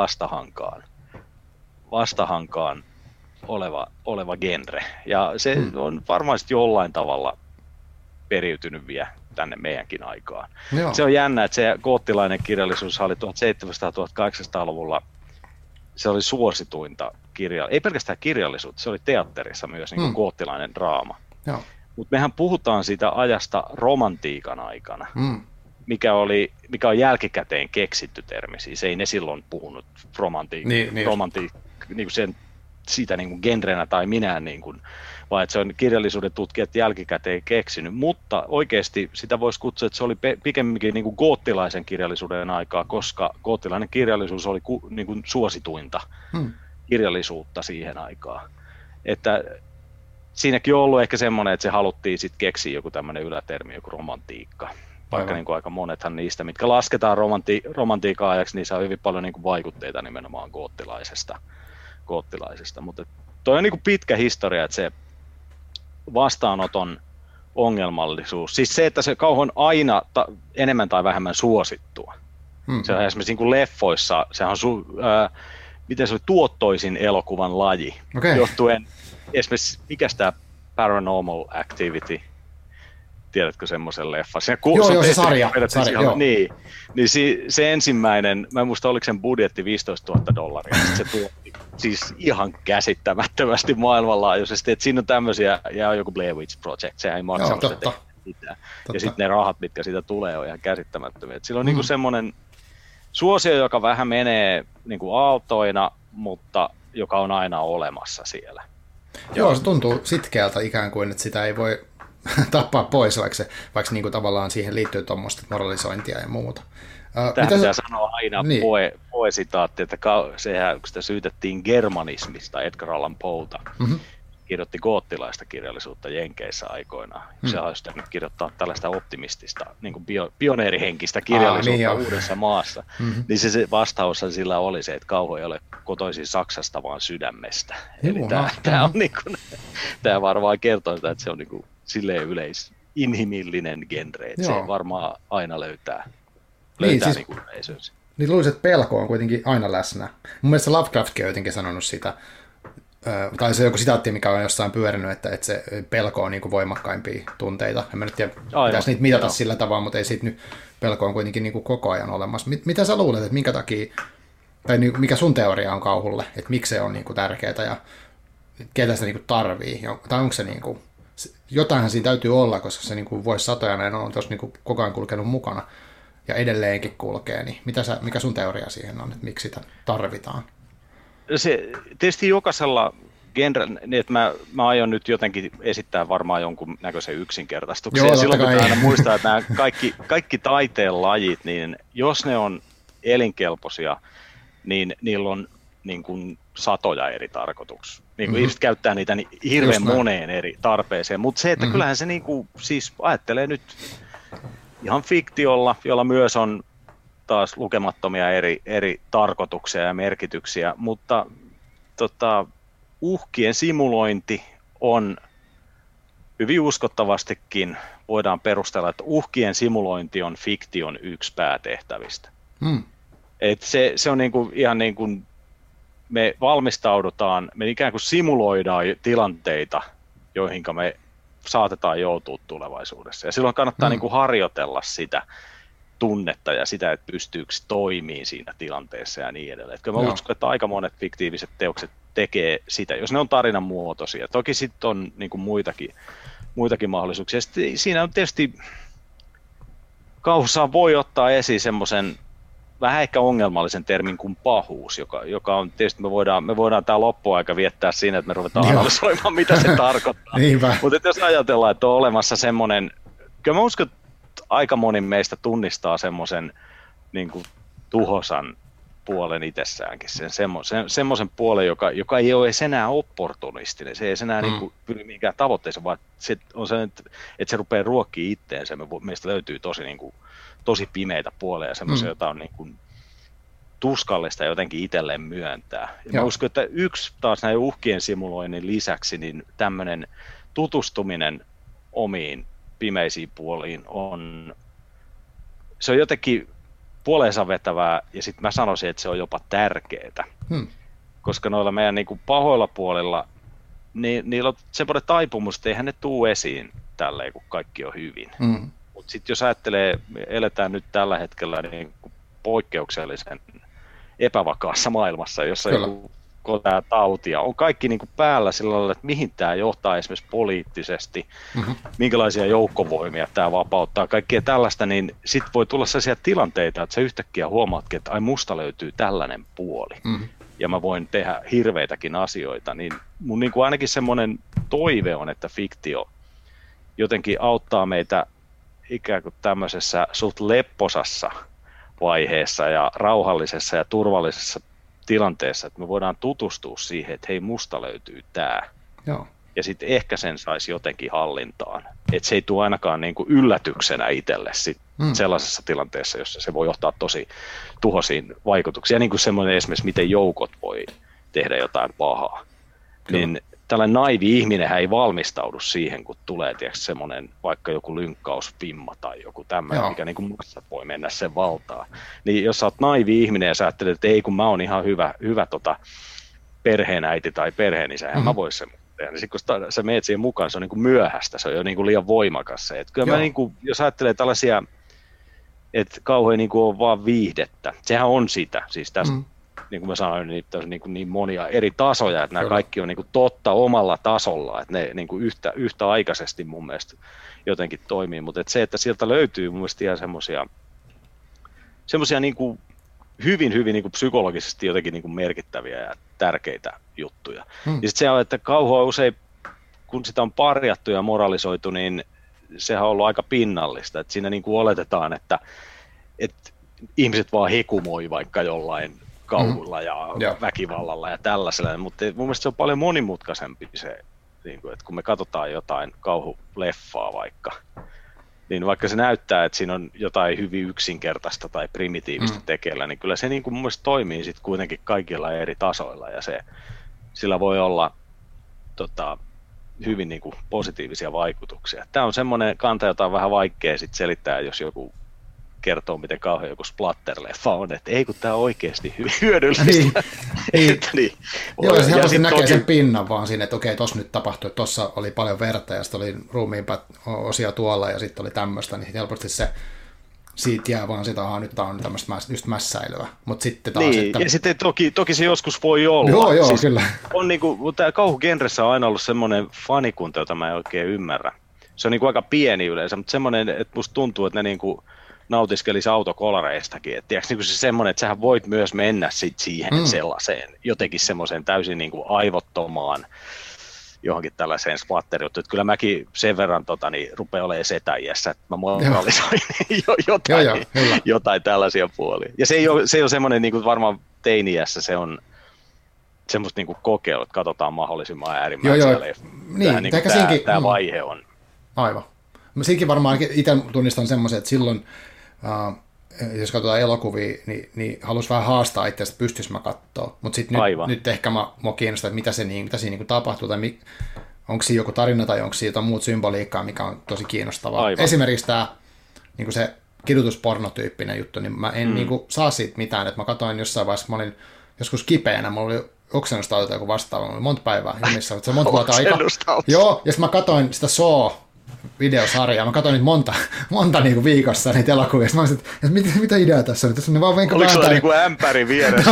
vastahankaan oleva genre, ja se on varmasti jollain tavalla periytynyt vielä tänne meidänkin aikaan. Joo. Se on jännä, että se goottilainen kirjallisuus oli 1700-1800-luvulla, se oli suosituinta ei pelkästään kirjallisuutta, se oli teatterissa myös niin kuin goottilainen draama. Mutta mehän puhutaan siitä ajasta romantiikan aikana, mikä on jälkikäteen keksitty termi, siis ei ne silloin puhunut siitä niin kuin genrenä tai minään, niin kuin, vaan että se on kirjallisuuden tutkijat jälkikäteen keksinyt, mutta oikeasti sitä voisi kutsua, että se oli pikemminkin niin kuin goottilaisen kirjallisuuden aikaa, koska goottilainen kirjallisuus oli niin kuin suosituinta kirjallisuutta siihen aikaan. Että siinäkin on ollut ehkä semmoinen, että se haluttiin sitten keksiä joku tämmöinen ylätermi, joku romantiikka. Vaikka niin kuin aika monethan niistä, mitkä lasketaan romantiikan ajaksi, niissä on hyvin paljon niin kuin vaikutteita nimenomaan goottilaisesta. Mutta toi on niin kuin pitkä historia, että se vastaanoton ongelmallisuus, siis se, että se kauhu on aina enemmän tai vähemmän suosittua. Se on esimerkiksi niin kuin leffoissa, sehän on miten se oli tuottoisin elokuvan laji, johtuen esimerkiksi mikä tämä Paranormal Activity, tiedätkö semmoisen leffan? Joo, se sarja. Niin se ensimmäinen, mä en muista oliko sen budjetti $15,000, se tuotti siis ihan käsittämättömästi maailmanlaajuisesti, että siinä on tämmöisiä, ja joku Blair Witch Project, sehän ei maksa mitään. Ja sitten ne rahat, mitkä siitä tulee, on ihan käsittämättömiä. Et sillä on niinku semmoinen suosio, joka vähän menee niinku aaltoina, mutta joka on aina olemassa siellä. Joo, se tuntuu sitkeältä ikään kuin, että sitä ei voi tappaa pois, vaikka niin kuin tavallaan siihen liittyy tuommoista moralisointia ja muuta. Tähän pitää sanoa aina niin. Poe-sitaatti, että sehän, kun sitä syytettiin germanismista Edgar Allan Poeta, kirjoitti goottilaista kirjallisuutta Jenkeissä aikoinaan. Se olisi nyt kirjoittaa tällaista optimistista, niin kuin pioneerihenkistä kirjallisuutta uudessa maassa. Niin se vastaus sillä oli se, että kauhu ei ole kotoisin Saksasta, vaan sydämestä. Eli tämä on niin kuin, tämä varmaan kertoo sitä, että se on niin kuin silleen inhimillinen genre, että se varmaan aina löytää siis, niin kuin yleisönsä. Niin luulisin, että pelko on kuitenkin aina läsnä. Mun mielestä Lovecraftkin on jotenkin sanonut sitä, tai se on joku sitaatti, mikä on jossain pyörinyt, että se pelko on niin kuin voimakkaimpia tunteita. En mä nyt tiedä, pitäisi niitä mitata sillä tavalla, mutta ei siitä nyt pelko on kuitenkin niin kuin koko ajan olemassa. Mitä sä luulet, että minkä takia, tai mikä sun teoria on kauhulle, että miksi se on niin kuin tärkeää ja ketä sitä niin kuin tarvii, tai onko se niin kuin, jotainhan siinä täytyy olla, koska se niin kuin vuosisatoja on tuossa niin kuin koko ajan kulkenut mukana ja edelleenkin kulkee, niin mikä sun teoria siihen on, että miksi sitä tarvitaan? Se, tietysti jokaisella genrellä, niin että mä aion nyt jotenkin esittää varmaan jonkun näköisen yksinkertaistuksen. Joo, ja silloin pitää aina muistaa, että nämä kaikki taiteen lajit, niin jos ne on elinkelpoisia, niin niillä on niin kuin satoja eri tarkoituksia. Niin kuin ihmiset käyttää niitä hirveän moneen eri tarpeeseen, mutta se, että kyllähän se niin kuin, siis ajattelee nyt ihan fiktiolla, jolla myös on taas lukemattomia eri tarkoituksia ja merkityksiä, mutta uhkien simulointi on hyvin uskottavastikin, voidaan perustella, että uhkien simulointi on fiktion yksi päätehtävistä. Et se on niinku, ihan niin kuin me valmistaudutaan, me ikään kuin simuloidaan tilanteita, joihin me saatetaan joutua tulevaisuudessa. Ja silloin kannattaa niin kuin harjoitella sitä tunnetta ja sitä, että pystyykö toimimaan siinä tilanteessa ja niin edelleen. Kyllä mä uskon, että aika monet fiktiiviset teokset tekee sitä, jos ne on tarinan muotoisia. Toki sitten on niin kuin muitakin mahdollisuuksia. Sitten siinä on tietysti, kauhussa voi ottaa esiin semmoisen vähän ehkä ongelmallisen termin kuin pahuus, joka on tietysti, me voidaan tämä loppuaika viettää siinä, että me ruvetaan analysoimaan, mitä se tarkoittaa. Mutta jos ajatellaan, että on olemassa semmoinen, kyllä mä uskon, että aika moni meistä tunnistaa semmoisen niin kuin tuhosan puolen itsessäänkin, semmoisen puolen, joka ei ole enää opportunistinen, se ei enää niin kuin pyri mihinkään tavoitteeseen, vaan se on se, että se rupeaa ruokkimaan itteensä, meistä löytyy tosi pimeitä puolia ja semmoisia, joita on niin kuin tuskallista jotenkin itselleen myöntää. Ja mä uskon, että yksi taas näiden uhkien simuloinnin lisäksi, niin tämmöinen tutustuminen omiin pimeisiin puoliin se on jotenkin puoleensa vetävää, ja sitten mä sanoisin, että se on jopa tärkeää. Koska noilla meidän niin kuin pahoilla puolilla, niin niillä on semmoinen taipumus, että eihän ne tuu esiin tälleen, kun kaikki on hyvin. Mutta sitten jos ajattelee, eletään nyt tällä hetkellä niin poikkeuksellisen epävakaassa maailmassa, jossa tämä tautia on kaikki niin kuin päällä sillä lailla, että mihin tämä johtaa esimerkiksi poliittisesti, minkälaisia joukkovoimia tämä vapauttaa, kaikkea tällaista, niin sitten voi tulla sellaisia tilanteita, että sä yhtäkkiä huomaatkin, että ai musta löytyy tällainen puoli, ja mä voin tehdä hirveitäkin asioita, niin mun niin kuin ainakin semmoinen toive on, että fiktio jotenkin auttaa meitä ikään kuin tämmöisessä suht lepposassa vaiheessa ja rauhallisessa ja turvallisessa tilanteessa, että me voidaan tutustua siihen, että hei, musta löytyy tämä. Ja sitten ehkä sen saisi jotenkin hallintaan. Että se ei tule ainakaan niin kuin yllätyksenä itselle sellaisessa tilanteessa, jossa se voi johtaa tosi tuhoisiin vaikutuksiin. Ja niin kuin semmoinen esimerkiksi, miten joukot voi tehdä jotain pahaa. Niin tällainen naivi ihminenhän ei valmistaudu siihen, kun tulee semmoinen vaikka joku lynkkausvimma tai joku tämmöinen, mikä niin kuin voi mennä sen valtaan. Niin jos sä oot naivi ihminen ja sä ajattelet, että ei kun mä oon ihan hyvä perheenäiti tai perheenisä, mä vois sen tehdä. Niin sitten kun sä meet siihen mukaan, se on niin kuin myöhäistä, se on jo niin kuin liian voimakas se. Että kyllä mä niin kuin, jos ajattelee tällaisia, että kauhean niin kuin on vaan viihdettä, sehän on sitä, siis tästä niin kuin mä sanoin, niin monia eri tasoja, että nämä kaikki on niin kuin totta omalla tasolla, että ne niin kuin yhtäaikaisesti mun mielestä jotenkin toimii, mutta että se, että sieltä löytyy mun mielestä ihan semmoisia niin kuin hyvin niin kuin psykologisesti jotenkin niin kuin merkittäviä ja tärkeitä juttuja. Ja sitten se on, että kauhua usein, kun sitä on parjattu ja moralisoitu, niin sehän on ollut aika pinnallista, että siinä niin kuin oletetaan, että ihmiset vaan hekumoi vaikka jollain kauhulla ja väkivallalla ja tällaisella, mutta mun mielestä se on paljon monimutkaisempi se, niin kuin, että kun me katsotaan jotain kauhuleffaa vaikka, niin vaikka se näyttää, että siinä on jotain hyvin yksinkertaista tai primitiivistä tekeillä, niin kyllä se niin kuin mun mielestä toimii sitten kuitenkin kaikilla eri tasoilla ja sillä voi olla hyvin niin kuin positiivisia vaikutuksia. Tämä on semmoinen kanta, jota on vähän vaikea sit selittää, jos joku kertoo, miten kauhean joku splatterleffa on, että ei kun tämä on oikeasti hyvin hyödyllistä. Niin. Joo, ja se helposti näkee sen pinnan vaan siinä, että okei, tossa nyt tapahtui, että tossa oli paljon verta ja sitten oli ruumiinpä osia tuolla ja sitten oli tämmöistä, niin helposti se siitä jää vaan sitä, nyt tämä on tämmöistä just mässäilyä. Mut sitten taas, niin, ja sitten toki se joskus voi olla. Joo, siis kyllä. On niinku, mutta tämä kauhugenressä on aina ollut semmoinen fanikunta, jota mä en oikein ymmärrä. Se on niinku aika pieni yleensä, mutta semmoinen, että musta tuntuu, että ne niinku nautiskelisi autokolareistakin. Että tiiäks, niinku se semmoinen, että sähän voit myös mennä siihen sellaiseen, jotenkin semmoiseen täysin niinku aivottomaan johonkin tällaiseen splatterijuttuun. Että kyllä mäkin sen verran rupean olemaan setäiässä, että mä moralisoin jotain tällaisia puolia. Ja se ei ole semmoinen niinku varmaan teiniässä, se on semmoista niinku kokeilua, että katsotaan mahdollisimman äärimmäisiä leffoja. Niin, tämä vaihe on. Aivan. Siinäkin varmaan itse tunnistan semmoisen, että silloin, jos katsotaan elokuvia, niin halusi vähän haastaa itseäsi, että pystyisi mä katsoa. Mutta sitten nyt ehkä mua kiinnostaa, että mitä siinä niin tapahtuu, tai onko siinä joku tarina, tai onko siinä jotain muut symboliikkaa, mikä on tosi kiinnostavaa. Aivan. Esimerkiksi tämä niin se kidutuspornotyyppinen juttu, niin mä en saa siitä mitään. Että mä katsoin jossain vaiheessa, mä olin joskus kipeänä, mulla oli oksennustauti joku vastaava, mulla oli monta päivää jumissa, mutta se monta vuotta aika. Joo, ja sitten mä katsoin sitä videosarjaa. Mä katsoin niitä monta niinku viikossa niitä elokuvia. Mä olisin, että mitä idea tässä on? Tässä on vaan oliko sulla niinku ämpäri vieressä?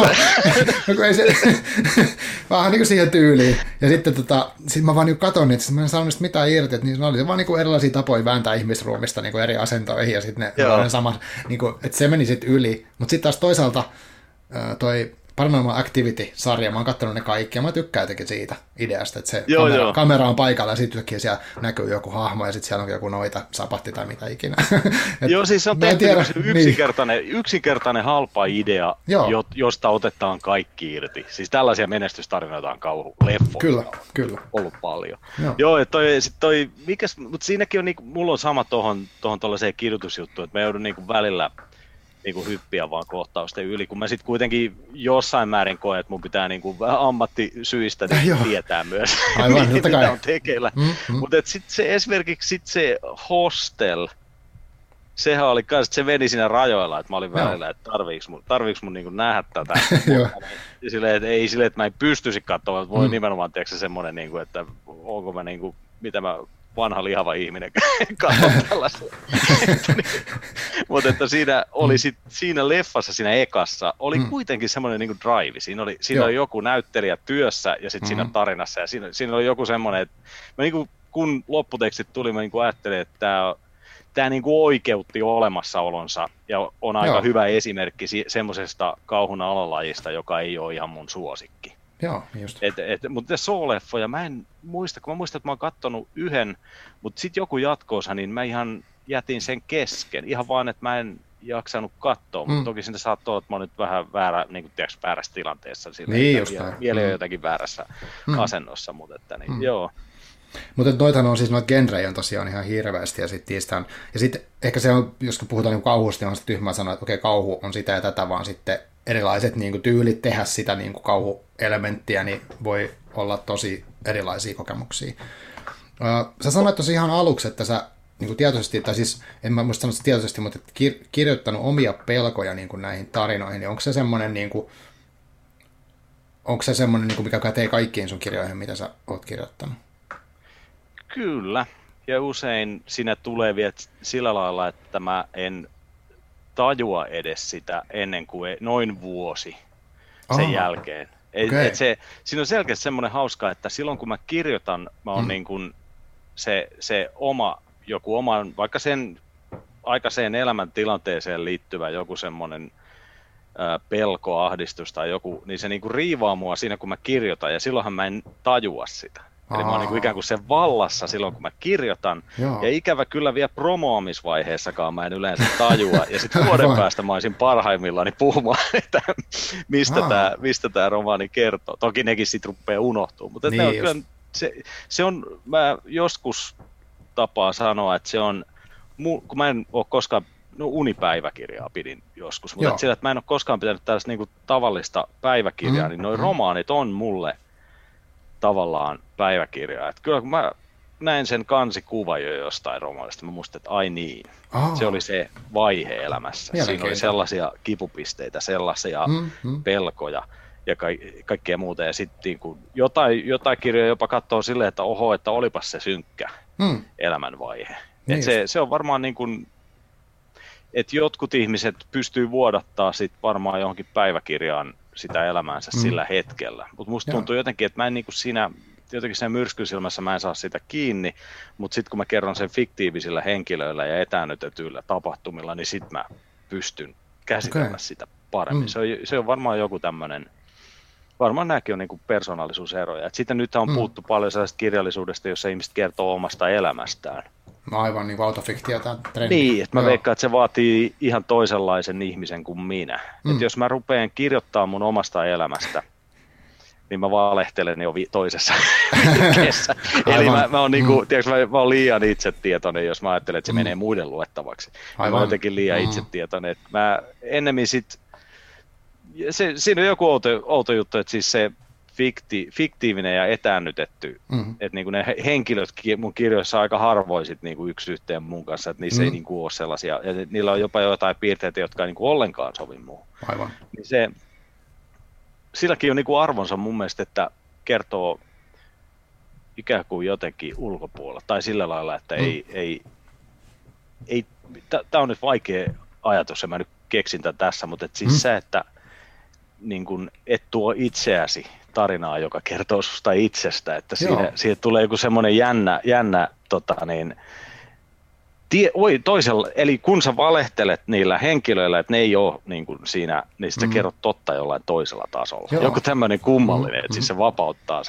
Vähän niinku siihen tyyliin. Ja sitten sit mä vaan niinku katsoin niitä, mä en saanut niistä mitään irti. Että niin oli vaan niinku erilaisia tapoja vääntää ihmisruumista niinku eri asentoihin. Ja sitten ne sama, niinku, että se meni sitten yli. Mutta sitten taas toisaalta toi Paranormal Activity-sarja, mä oon katsonut ne kaikki, ja mä tykkään jotenkin siitä ideasta, että se kamera on paikalla, ja sitten siellä näkyy joku hahmo, ja sitten siellä on joku noita sapatti tai mitä ikinä. Joo, siis se on tehty yksinkertainen halpa idea, josta otetaan kaikki irti. Siis tällaisia menestystarinoita on kauhuleffoja. Kyllä. Ollut paljon. Joo, mutta siinäkin on, niinku, mulla on sama tohon tollaiseen kidutusjuttuun, että mä joudun niinku välillä niinku hyppiä vaan kohtausten yli, kun mä sitten kuitenkin jossain määrin koen, että mun pitää niinku ammattisyistä tietää myös, mitä on tekeillä. Mutta sitten se esimerkiksi se Hostel, sehän oli kans, se meni siinä rajoilla, että mä olin välillä, että tarviiks mun niinku nähdä tätä. Ei silleen, että mä en pystyisi katsomaan, että voi nimenomaan tehdä semmoinen, niinku, että onko mä niinku, mitä mä vanha lihava ihminen katsoa tällaista. Mutta että siinä leffassa, siinä ekassa, oli kuitenkin semmoinen niinku drive. Siinä oli joku näyttelijä työssä ja sitten siinä tarinassa. Ja siinä oli joku semmoinen, että mä niinku, kun lopputekstit tuli, mä niinku ajattelin, että tämä niinku oikeutti olemassaolonsa ja on aika hyvä esimerkki semmoisesta kauhun alalajista, joka ei ole ihan mun suosikki. Joo, just. Mutta Saw-leffoja, mä en muista, kun mä muistan, että mä oon kattonut yhden, mutta sitten joku jatkoosa, niin mä ihan jätin sen kesken. Ihan vaan, että mä en jaksanut katsoa, mutta toki sinne saattoi olla, että mä oon nyt vähän väärässä tilanteessa. Niin just. Mieli on jotakin väärässä asennossa, mutta että niin, joo. Mutta noitahan on siis, noita genrejä on tosiaan ihan hirveästi, ja sitten ehkä se on, jos puhutaan niin kauhusta, niin on se tyhmää sanoa, että okei, kauhu on sitä ja tätä, vaan sitten erilaiset niin kuin tyylit tehdä sitä niin kuin kauhuelementtiä, niin voi olla tosi erilaisia kokemuksia. Sä sanoit tosi ihan aluksi, että sä niin kuin tietoisesti, tai siis en mä muista sanoa tietoisesti, mutta kirjoittanut omia pelkoja niin kuin näihin tarinoihin, niin onko se semmoinen, niin kuin, mikä pätee kaikkiin sun kirjoihin, mitä sä oot kirjoittanut? Kyllä, ja usein siinä tulee vielä sillä lailla, että mä en tajua edes sitä ennen kuin noin vuosi. sen jälkeen. Okay. Siinä on selkeästi semmoinen hauska, että silloin kun mä kirjoitan, mä oon niin kuin se joku oman, vaikka sen aikaiseen elämäntilanteeseen liittyvä joku semmoinen pelko, ahdistus tai joku, niin se niinku riivaa mua siinä, kun mä kirjoitan, ja silloinhan mä en tajua sitä. Eli mä oon niinku ikään kuin sen vallassa silloin, kun mä kirjoitan, ja ikävä kyllä vielä promoamisvaiheessakaan mä en yleensä tajua, ja sitten vuoden päästä mä olisin parhaimmillani puhumaan, että mistä tää romaani kertoo. Toki nekin sitten rupeaa unohtumaan, mutta niin se on, mä joskus tapaa sanoa, että se on, kun mä en ole koskaan, unipäiväkirjaa pidin joskus, mutta sillä, että mä en ole koskaan pitänyt tällaista niin kuin tavallista päiväkirjaa, niin noi romaanit on mulle tavallaan päiväkirjaa. Että kyllä kun mä näin sen kansikuva jo jostain romaanista, mä muistin, että ai niin, se oli se vaihe elämässä. Siinä oli sellaisia kipupisteitä, sellaisia pelkoja ja kaikkea muuta. Ja sitten niin jotain kirjoja jopa katsoo silleen, että oho, että olipas se synkkä elämänvaihe. Niin se on varmaan niin kuin, että jotkut ihmiset pystyy vuodattaa sit varmaan johonkin päiväkirjaan sitä elämäänsä sillä hetkellä. Mutta musta tuntuu jotenkin, että mä en niinku siinä, jotenkin siinä myrskyn silmässä mä en saa sitä kiinni, mutta sitten kun mä kerron sen fiktiivisillä henkilöillä ja etäännytetyillä tapahtumilla, niin sitten mä pystyn käsitellä sitä paremmin. Se on varmaan joku tämmöinen, varmaan nämäkin on niinku persoonallisuuseroja. Sitten nyt on puhuttu paljon sellaisesta kirjallisuudesta, jossa ihmiset kertoo omasta elämästään. Aivan niin kuin autofiktio tämä trendi. Niin, että mä veikkaan, että se vaatii ihan toisenlaisen ihmisen kuin minä. Että jos mä rupean kirjoittaa mun omasta elämästä, niin mä valehtelen jo toisessa hetkessä. Eli mä oon niinku, mä oon liian itsetietoinen, jos mä ajattelen, että se menee muiden luettavaksi. Mä oon jotenkin liian itsetietoinen. Että mä ennemmin sit, siinä on joku outo juttu, että siis se fiktiivinen ja etäännytetty, että niinku ne henkilöt mun kirjoissa aika harvoin sit niinku yksi yhteen mun kanssa, että niissä ei niinku ole sellaisia, ja niillä on jopa jotain piirteitä, jotka ei niinku ollenkaan sovi muuhun. Aivan. Niin silläkin on niinku arvonsa mun mielestä, että kertoo ikään kuin jotenkin ulkopuolella, tai sillä lailla, että tää on nyt vaikea ajatus, ja mä nyt keksin tämän tässä, mutta siis se, että niin kun et tuo itseäsi tarinaa, joka kertoo susta itsestä, että siihen tulee joku semmoinen jännä toisella, eli kun sä valehtelet niillä henkilöillä, että ne ei ole niin kuin siinä, niin sä kerrot totta jollain toisella tasolla. Joku tämmöinen kummallinen, että siis se vapauttaa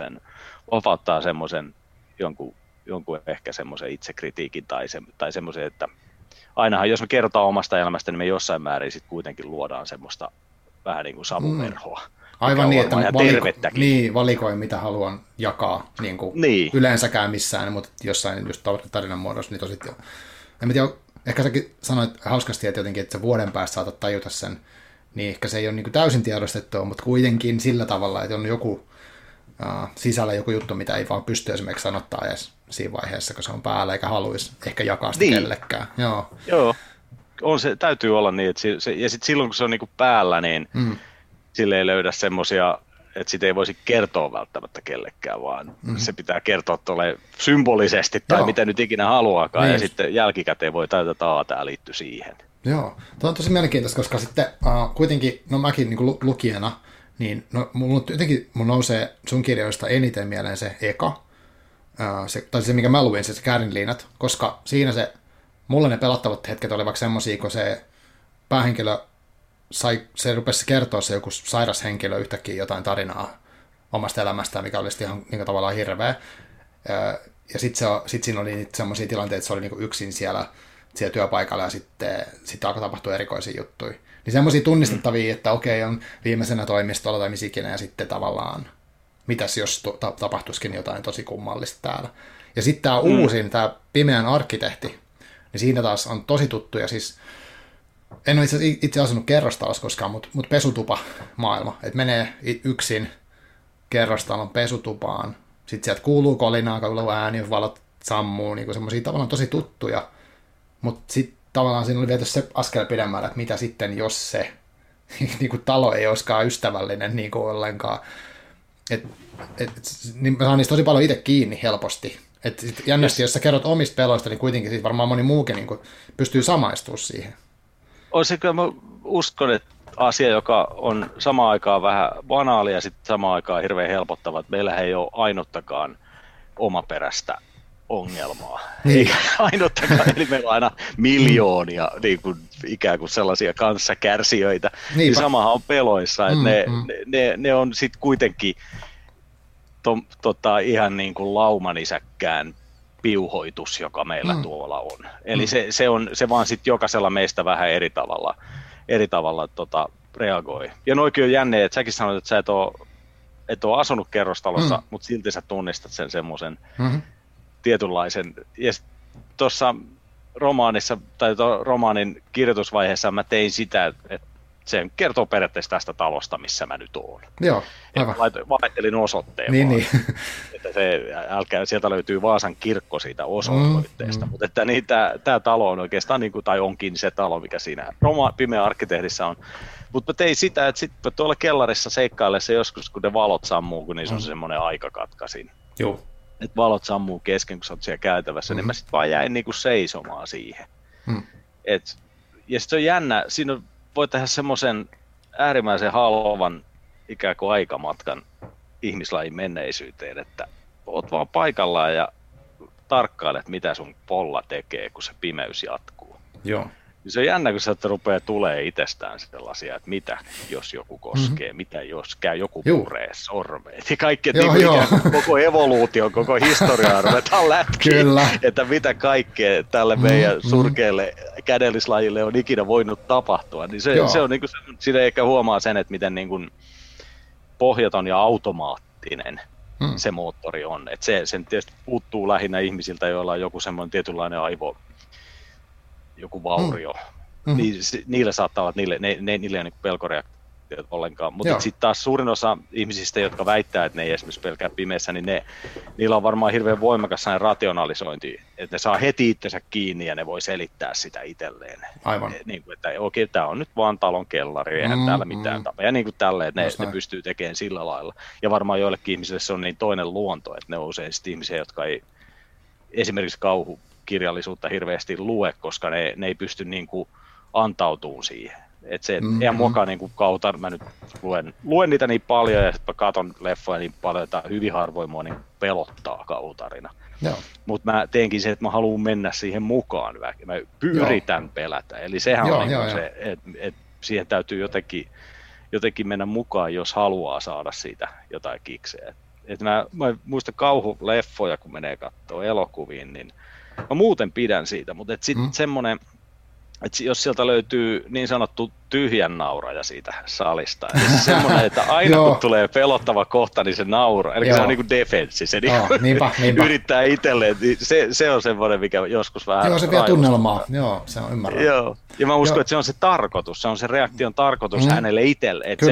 semmoisen jonkun ehkä semmoisen itsekritiikin tai semmoisen, että ainahan jos me kerrotaan omasta elämästä, niin me jossain määrin sitten kuitenkin luodaan semmoista vähän niin kuin savuverhoa. Aivan niin, että valikoin mitä haluan jakaa, niin kuin yleensäkään missään, mutta jossain just tarinan muodossa, niin tosi en tiedä, ehkä säkin sanoit hauskasti, että jotenkin, että sä vuoden päästä saatat tajuta sen, niin ehkä se ei ole niin kuin täysin tiedostettua, mutta kuitenkin sillä tavalla, että on joku sisällä joku juttu, mitä ei vaan pysty esimerkiksi sanottaa edes siinä vaiheessa, kun se on päällä, eikä haluaisi ehkä jakaa sitä kellekään. Joo. On se, täytyy olla niin, että ja sitten silloin kun se on niinku päällä, niin sille ei löydä semmoisia, että sitä ei voisi kertoa välttämättä kellekään, vaan se pitää kertoa tuolle symbolisesti tai mitä nyt ikinä haluaakaan, ja sitten jälkikäteen voi tajuta, että tämä liittyy siihen. Joo, tuo on tosi mielenkiintoista, koska sitten kuitenkin, mäkin niin kuin lukijana, niin mun nousee sun kirjoista eniten mieleen se eka, tai se mikä mä luin, se Käärinliinat, koska siinä mulle ne pelattavat hetket oli vaikka semmosia, kun se päähenkilö se rupesi kertoa se joku sairas henkilö yhtäkkiä jotain tarinaa omasta elämästään, mikä olisi ihan niin tavallaan hirveä. Ja sitten siinä oli semmoisia tilanteita, että se oli niin yksin siellä työpaikalla ja sitten alkoi tapahtua erikoisia juttuja. Niin semmoisia tunnistettavia, että okei, on viimeisenä toimistolla tai misikinä ja sitten tavallaan, mitäs jos tapahtuisikin jotain tosi kummallista täällä. Ja sitten tämä uusin, tämä Pimeän arkkitehti, niin siinä taas on tosi tuttu ja siis en ole itse asunut kerrostalossa koskaan, mutta pesutupa maailma. Että menee yksin kerrostalon pesutupaan, sitten sieltä kuuluu kolinaa, kuuluu ääni, valot sammuu, niin semmoisia tavallaan tosi tuttuja. Mutta sitten tavallaan siinä oli viety se askel pidemmällä, että mitä sitten, jos se niin talo ei olisikaan ystävällinen niin ollenkaan. Niin mä saan niistä tosi paljon itse kiinni helposti. Että jännästi, jos sä kerrot omista peloista, niin kuitenkin siis varmaan moni muukin niin pystyy samaistumaan siihen. On se kyllä, mä uskon, että asia, joka on samaan aikaan vähän banaali ja sitten samaan aikaan hirveän helpottava, että meillä ei ole ainuttakaan omaperäistä ongelmaa. Niin. Eikä ainuttakaan, eli meillä on aina miljoonia niin kuin, ikään kuin sellaisia kanssakärsijöitä. Niin samahan on peloissa, että ne on sitten kuitenkin ihan niin kuin laumanisäkkään piuhoitus, joka meillä tuolla on. Eli se vaan sitten jokaisella meistä vähän eri tavalla reagoi. Ja noikin on jänne, että säkin sanoit, että sä et ole asunut kerrostalossa, mutta silti sä tunnistat sen semmoisen tietynlaisen. Ja tuossa romaanissa, tai romaanin kirjoitusvaiheessa mä tein sitä, että se kertoo periaatteessa tästä talosta, missä mä nyt oon. Joo, aivan. Vaihtelin osoitteen niin. Että sieltä löytyy Vaasan kirkko siitä osoitteesta, mutta että niin, tämä talo on oikeastaan, niin kuin, tai onkin se talo, mikä siinä Pimeä arkkitehdissä on. Mutta mä tein sitä, että sitten tuolla kellarissa seikkaillessa joskus, kun ne valot sammuu, kun niissä on semmoinen aikakatkasin. Joo. Että valot sammuu kesken, kun sä oot siellä käytävässä, niin mä sitten vaan jäin niinku seisomaan siihen. Ja sitten se on jännä, siinä voi tehdä semmoisen äärimmäisen halvan ikään kuin aikamatkan ihmislajin menneisyyteen, että oot vaan paikallaan ja tarkkailet, mitä sun polla tekee, kun se pimeys jatkuu. Joo. Se on jännä, kun se rupeaa tulee itsestään sellaisia, että mitä jos joku koskee, mitä jos käy joku puree sormeet. Ja kaikki, koko evoluutio, koko historiaa ruvetaan lätkiin, että mitä kaikkea tälle meidän surkealle kädellislajille on ikinä voinut tapahtua. Niin se on niin kuin, siinä ehkä huomaa sen, että miten niin kuin pohjaton ja automaattinen se moottori on. Että sen tietysti puuttuu lähinnä ihmisiltä, joilla on joku semmoinen tietynlainen joku vaurio, niin niillä saattaa olla, että niillä ei ole niin pelkoreaktiota ollenkaan, mutta sitten taas suurin osa ihmisistä, jotka väittää, että ne ei esimerkiksi pelkää pimeässä, niin niillä on varmaan hirveän voimakas sellainen rationalisointi, että ne saa heti itsensä kiinni ja ne voi selittää sitä itselleen. Aivan. Niin kuin, että okei, tämä on nyt vaan talon kellari, eihän täällä mitään tapa. Ja niin kuin tälleen, että ne pystyy tekemään sillä lailla. Ja varmaan joillekin ihmisille se on niin toinen luonto, että ne on usein ihmisiä, jotka ei esimerkiksi kauhukirjallisuutta hirveästi lue, koska ne ei pysty niin kuin antautumaan siihen. Että se eihän muakaan niin kuin kautan, mä nyt luen niitä niin paljon ja sitten katon leffoja niin paljon, että hyvin harvoin mua niin pelottaa kauhutarina. Mutta mä teenkin se, että mä haluan mennä siihen mukaan. Mä yritän pelätä. Eli sehän on niin se, että siihen täytyy jotenkin mennä mukaan, jos haluaa saada siitä jotain kikseä. Et mä muistan kauhuleffoja, kun menee katsoa elokuviin, niin mä muuten pidän siitä, mutta sitten semmoinen, että jos sieltä löytyy niin sanottu tyhjän nauraja siitä salista, eli semmoinen, että aina kun tulee pelottava kohta, niin se nauraa, eli se on niin kuin defenssi, se niinpä. Yrittää itselleen, niin se on semmoinen, mikä joskus vähän Joo, se vie tunnelmaa, se on ymmärrän. Joo, ja mä uskon, että se on se tarkoitus, se on se reaktion tarkoitus hänelle itselle, että se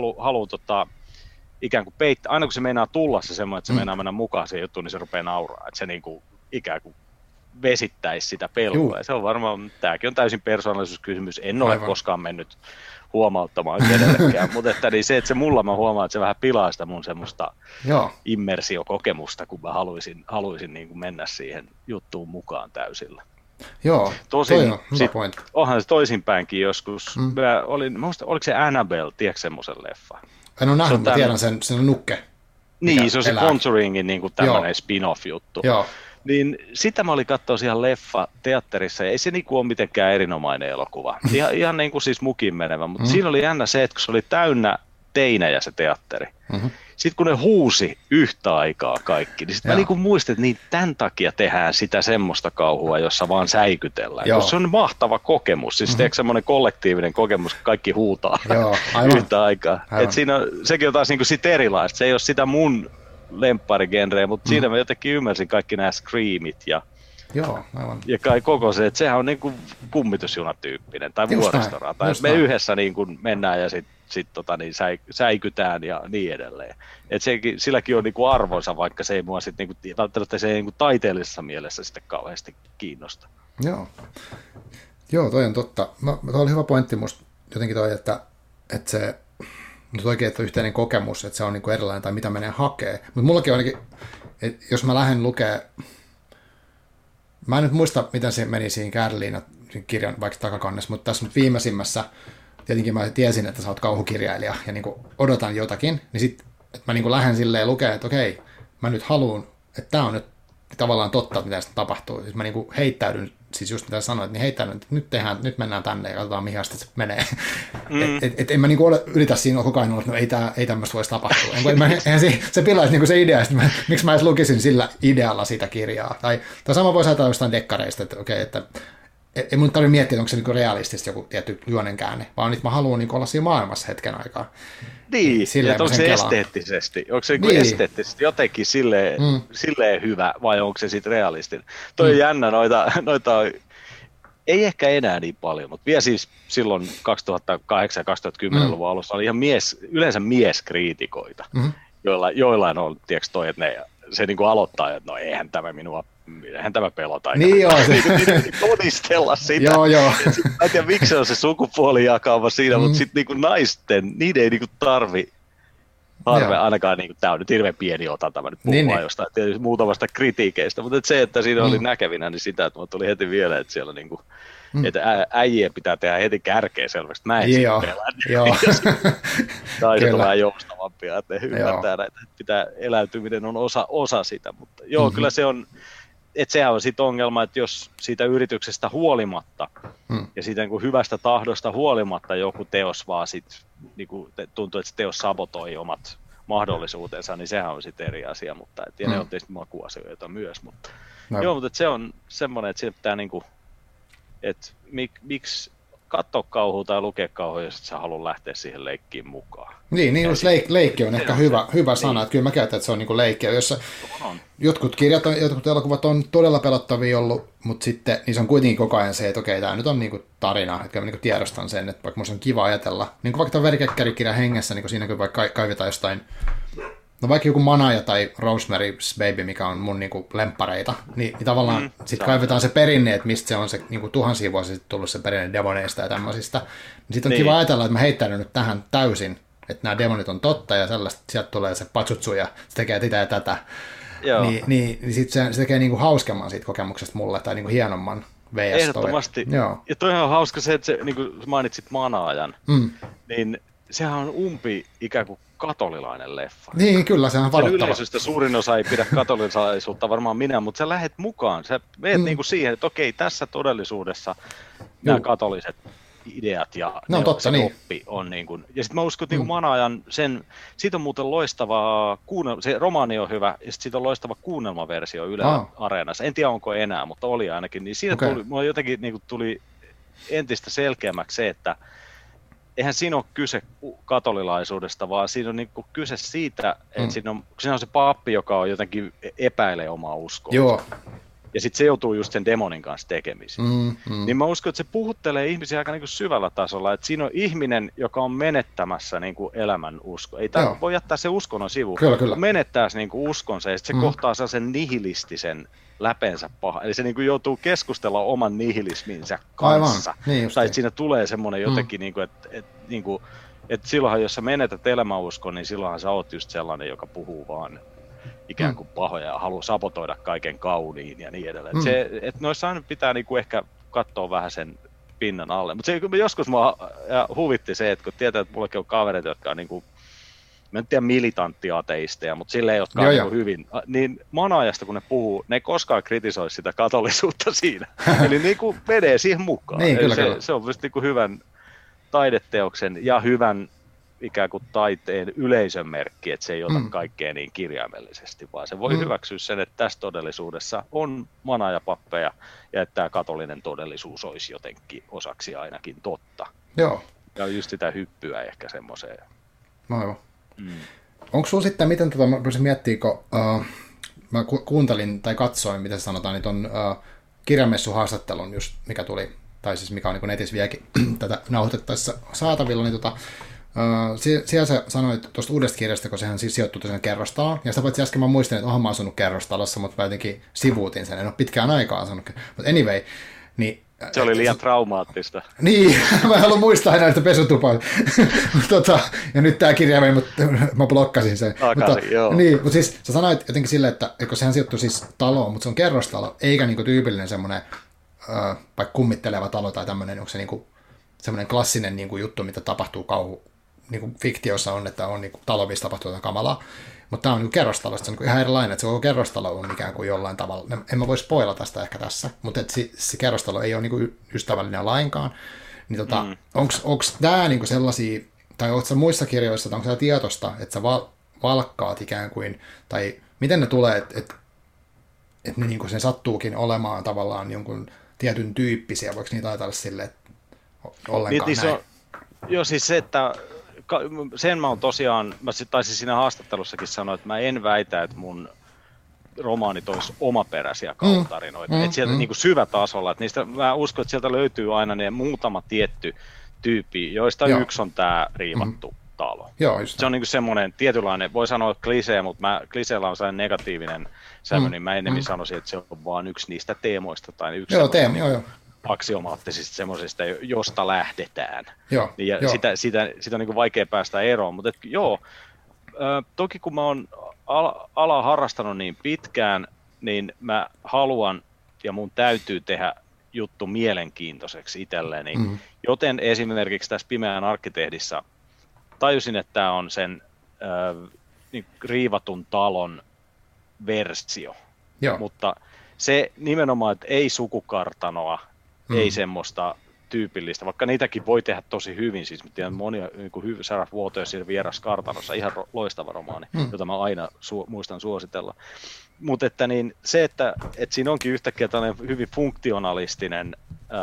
haluaa ikään kuin peittää, aina kun se meinaa tulla se semmoinen, että se meinaa mennä mukaan siihen juttuun, niin se rupeaa nauraa, että se niin kuin ikään kuin vesittäisi sitä pelkoa. Ja se on varmaan, tämäkin on täysin persoonallisuuskysymys, en ole koskaan mennyt huomauttamaan kenellekään, mutta että niin se, että se mulla mä huomaan, että se vähän pilaa sitä mun semmoista immersiokokemusta, kun mä haluaisin niin kuin mennä siihen juttuun mukaan täysillä. Joo, tosin, toi on hyvä pointti. Onhan se toisinpäinkin joskus. Mä muistan, oliko se Annabelle, tiedätkö semmoisen leffa? En ole nähnyt, mä tiedän sen nukke. Niin, se on se Conjuringin niin kuin tämmöinen spin-off-juttu. Joo. Niin sitä mä olin katsoa siihen leffa teatterissa, ja ei se niinku ole mitenkään erinomainen elokuva. Ihan niin kuin siis mukin menevä, mutta siinä oli jännä se, että kun se oli täynnä teinejä se teatteri. Sitten kun ne huusi yhtä aikaa kaikki, niin sitten mä niinku muistin, että niin tämän takia tehdään sitä semmoista kauhua, jossa vaan säikytellään. Koska se on mahtava kokemus, siis teekö semmoinen kollektiivinen kokemus, kun kaikki huutaa yhtä aikaa. Et siinä sekin on taas niinku sit erilaista, se ei ole sitä mun lempparigenreä, mutta siinä mä jotenkin ymmärsin kaikki nämä screamit ja kai koko se, että sehän on niinku kummitusjunatyyppinen tai vuoristorata. Me yhdessä niinku mennään ja sit niin säikytään ja niin edelleen. Et silläkin on niinku arvonsa, vaikka se ei mua sit niinku, välttämättä se ei niinku taiteellisessa mielessä sitten kauheasti kiinnosta. Joo, toi on totta. Toi oli hyvä pointti musta jotenkin toi, että se nyt oikein, että yhteinen kokemus, että se on niinku erilainen tai mitä menee hakee. Mutta mullakin on ainakin, että jos mä lähden lukea, mä en nyt muista, miten se meni siinä Kärliina kirjan vaikka takakannessa, mutta tässä nyt viimeisimmässä tietenkin mä tiesin, että sä oot kauhukirjailija ja niin kuin odotan jotakin, niin sitten että mä niin kuin lähden silleen lukemaan, että okei, mä nyt haluan, että tää on nyt tavallaan totta, mitä sitten tapahtuu. Siis mä niin kuin heittäydyn, siis just mitä sanoit, niin heittäydyn, että nyt mennään tänne ja katsotaan mihin asti se menee. Et en mä niin kuin ylitä siinä koko ajan olla, että no ei tämmöistä voisi tapahtua. Se pilaisi niin kuin se idea, että miksi mä edes lukisin sillä idealla sitä kirjaa. Tai sama voisi ajatella jostain dekkareista, että okei, että ei mun tarvitse miettiä, että onko se niin realistisesti joku tietty juonenkäänne, vaan nyt mä haluan niin olla siinä maailmassa hetken aikaa. Niin, että onko se esteettisesti, esteettisesti jotenkin silleen hyvä, vai onko se sitten realistinen? Toi on jännä, noita ei ehkä enää niin paljon, mutta vielä siis silloin 2008 ja 2010-luvun alussa oli ihan yleensä mieskriitikoita, joillain on, tiedätkö toi, että se niin kuin aloittaa, että no eihän tämä pelota. Niin joo. Niin todistella sitä. Joo. Mä en tiedä, miksi on se sukupuolijakauma siinä, mutta sitten niin niiden ei niin tarvi ainakaan, niin tämä on nyt hirveän pieni otanta, mä nyt puhun vaan jostain muutamasta kritiikeistä, mutta se, että siinä oli näkevinä, niin sitä, että tuli heti vielä, että siellä niin kuin, että äijien pitää tehdä heti kärkeä selväksi, että mä en siinä pelaa. Naiset on vähän joustavampia, että he ymmärtää näitä, että eläytyminen on osa sitä, mutta kyllä se on, että sehän on sitten ongelma, että jos siitä yrityksestä huolimatta ja siitä niin kuin hyvästä tahdosta huolimatta joku teos vaan sitten niin kuin tuntuu, että se teos sabotoi omat mahdollisuutensa, niin sehän on sitten eri asia, mutta ja ne on tietysti makuasioita myös, mutta mutta se on semmoinen, että siinä pitää niinku, että miksi katsoa kauhua tai lukea kauhua, jos et sä halua lähteä siihen leikkiin mukaan. Niin just leikki on ehkä hyvä sana, että kyllä mä käytän, että se on niinku leikkiä, jossa jotkut kirjat, jotkut elokuvat on todella pelottavia ollut, mutta sitten niissä on kuitenkin koko ajan se, että okei, tämä nyt on niinku tarina, että mä niinku tiedostan sen, että vaikka musta on kiva ajatella, niin kuin vaikka tämän verikekkärikirjan hengessä, niin siinä kun vaikka kaivetaan jostain, no vaikka joku Manaja tai Rosemary's Baby, mikä on mun niinku lemppareita, niin tavallaan sitten kaivetaan se perinne, että mistä se on se niinku tuhansia vuosia sitten tullut se perinne demoneista ja tämmöisistä. Niin sitten on kiva ajatella, että mä heittäydyn nyt tähän täysin, että nämä demonit on totta ja sellaista, sieltä tulee se patsutsu ja se tekee tätä ja tätä. Niin sitten se tekee niinku hauskemman siitä kokemuksesta mulle tai niinku hienomman VS. Ehdottomasti. Ja toihan on hauska se, että se, niin kuin mainitsit Manaajan, niin sehän on ikään kuin katolilainen leffa. Niin, kyllä, sehän on varoittava. Yleisöstä suurin osa ei pidä katolilaisuutta, varmaan minä, mutta sä lähet mukaan. Sä meet niinku siihen, että okei, tässä todellisuudessa nämä katoliset ideat ja totta, se oppi on niin kuin, ja sitten mä uskon, että niin Manaajan siitä on muuten loistava se romaani on hyvä, ja sitten siitä on loistava kuunnelmaversio Yle Areenassa. En tiedä, onko enää, mutta oli ainakin. Niin siitä mulla jotenkin niin kuin tuli entistä selkeämmäksi se, että eihän siinä ole kyse katolilaisuudesta, vaan siinä on niinku kyse siitä, että siinä on se pappi, joka on jotenkin epäilee omaa uskoa. Joo. Ja sitten se joutuu just sen demonin kanssa tekemisiin. Niin mä uskon, että se puhuttelee ihmisiä aika niinku syvällä tasolla, että siinä on ihminen, joka on menettämässä niinku elämän usko. Ei voi jättää se uskonnon sivuun. Kyllä. Menettää se niinku uskonsa ja sitten se kohtaa sen nihilistisen läpensä paha. Eli se niinku joutuu keskustella oman nihilisminsä kanssa. Niin tai että siinä tulee semmoinen jotenkin, että silloinhan jos sä menetät elämäuskon, niin silloinhan sä oot just sellainen, joka puhuu vaan ikään kuin pahoja ja haluaa sabotoida kaiken kauniin ja niin edelleen. Että noissa aina pitää niinku ehkä katsoa vähän sen pinnan alle. Mutta joskus mua huvitti se, että kun tietää, että mullekin on kavereita, jotka on niinku, mä en tiedä militanttiateisteja, mutta silleen, jotka on niinku hyvin, niin Manaajasta kun ne puhuu, ne ei koskaan kritisoi sitä katolisuutta siinä. Eli niinku menee siihen mukaan. Niin, kyllä. Se on niinku hyvän taideteoksen ja hyvän ikään kuin taiteen yleisön merkki, että se ei ota kaikkea niin kirjaimellisesti, vaan se voi hyväksyä sen, että tässä todellisuudessa on manaajapappeja ja että tämä katolinen todellisuus olisi jotenkin osaksi ainakin totta. Joo. Ja just sitä hyppyä ehkä semmoiseen. Aivan. Onko sinulla sitten, miten mä voisin miettiä, kun mä kuuntelin tai katsoin, miten se sanotaan, niin ton kirjamessuhaastattelun just, mikä tuli, tai siis mikä on niin netissä vieläkin tätä nauhoitettaessa saatavilla, niin siellä sä sanoit tuosta uudesta kirjasta, kun sehän siis sijoittui tosiaan kerrostaloon, ja sitä paitsi äsken mä muistin, että mä asunut kerrostalossa, mutta mä jotenkin sivuutin sen, en ole pitkään aikaa asunut, mutta anyway, niin se oli liian traumaattista. Niin, mä en halua muistaa enää, että pesutupaa. Ja nyt tää kirja vei, mutta mä blokkasin sen. Niin, mutta siis sä sanoit jotenkin silleen, että kun sehän sijoittui siis taloon, mutta se on kerrostalo, eikä niinku tyypillinen semmoinen vaikka kummitteleva talo tai tämmöinen, onko se niinku semmoinen klassinen niin kuin juttu, mitä tapahtuu niin kuin fiktiossa on, että on niin kuin talo, missä tapahtuu jotain kamalaa. Mutta tämä on niin kerrostalosta, se on niin ihan erilainen, että se koko kerrostalo on ikään kuin jollain tavalla, en mä voi spoilata sitä ehkä tässä, mutta se kerrostalo ei ole niin kuin ystävällinen lainkaan. Niin onko tämä niin kuin sellaisia, tai oletko sä muissa kirjoissa, tai onko sä tietoista, että sä valkkaat ikään kuin, tai miten ne tulee, että ne niin kuin sen sattuukin olemaan tavallaan jonkun tietyn tyyppisiä, voiko niitä ajatella silleen, että ollenkaan niin, näin? Joo, siis se, että sen mä oon tosiaan, mä taisin siinä haastattelussakin sanoa, että mä en väitä, että mun romaanit olisi omaperäisiä kauhutarinoita. Että sieltä niin kuin syvätasolla, että niistä mä uskon, että sieltä löytyy aina ne muutama tietty tyyppi, joista yksi on tää riivattu talo. Joo, se on niin kuin semmoinen tietynlainen, voi sanoa klisee, mutta kliseellä on sellainen negatiivinen sävy, niin mä enemmän sanoisin, että se on vaan yksi niistä teemoista tai yksi aksiomaattisista semmoisista, josta lähdetään. Ja sitä on niin kuin vaikea päästä eroon, mutta toki kun mä oon alaa harrastanut niin pitkään, niin mä haluan ja mun täytyy tehdä juttu mielenkiintoiseksi itselleni. Joten esimerkiksi tässä Pimeän arkkitehdissa tajusin, että tämä on sen niin riivatun talon versio, mutta se nimenomaan, että ei sukukartanoa, ei semmoista tyypillistä, vaikka niitäkin voi tehdä tosi hyvin, siis mä tiedän monia, niin kuin Sarah Watersin Vieras kartanossa, ihan loistava romaani, jota mä aina muistan suositella. Mutta että niin, se, että siinä onkin yhtäkkiä tällainen hyvin funktionalistinen,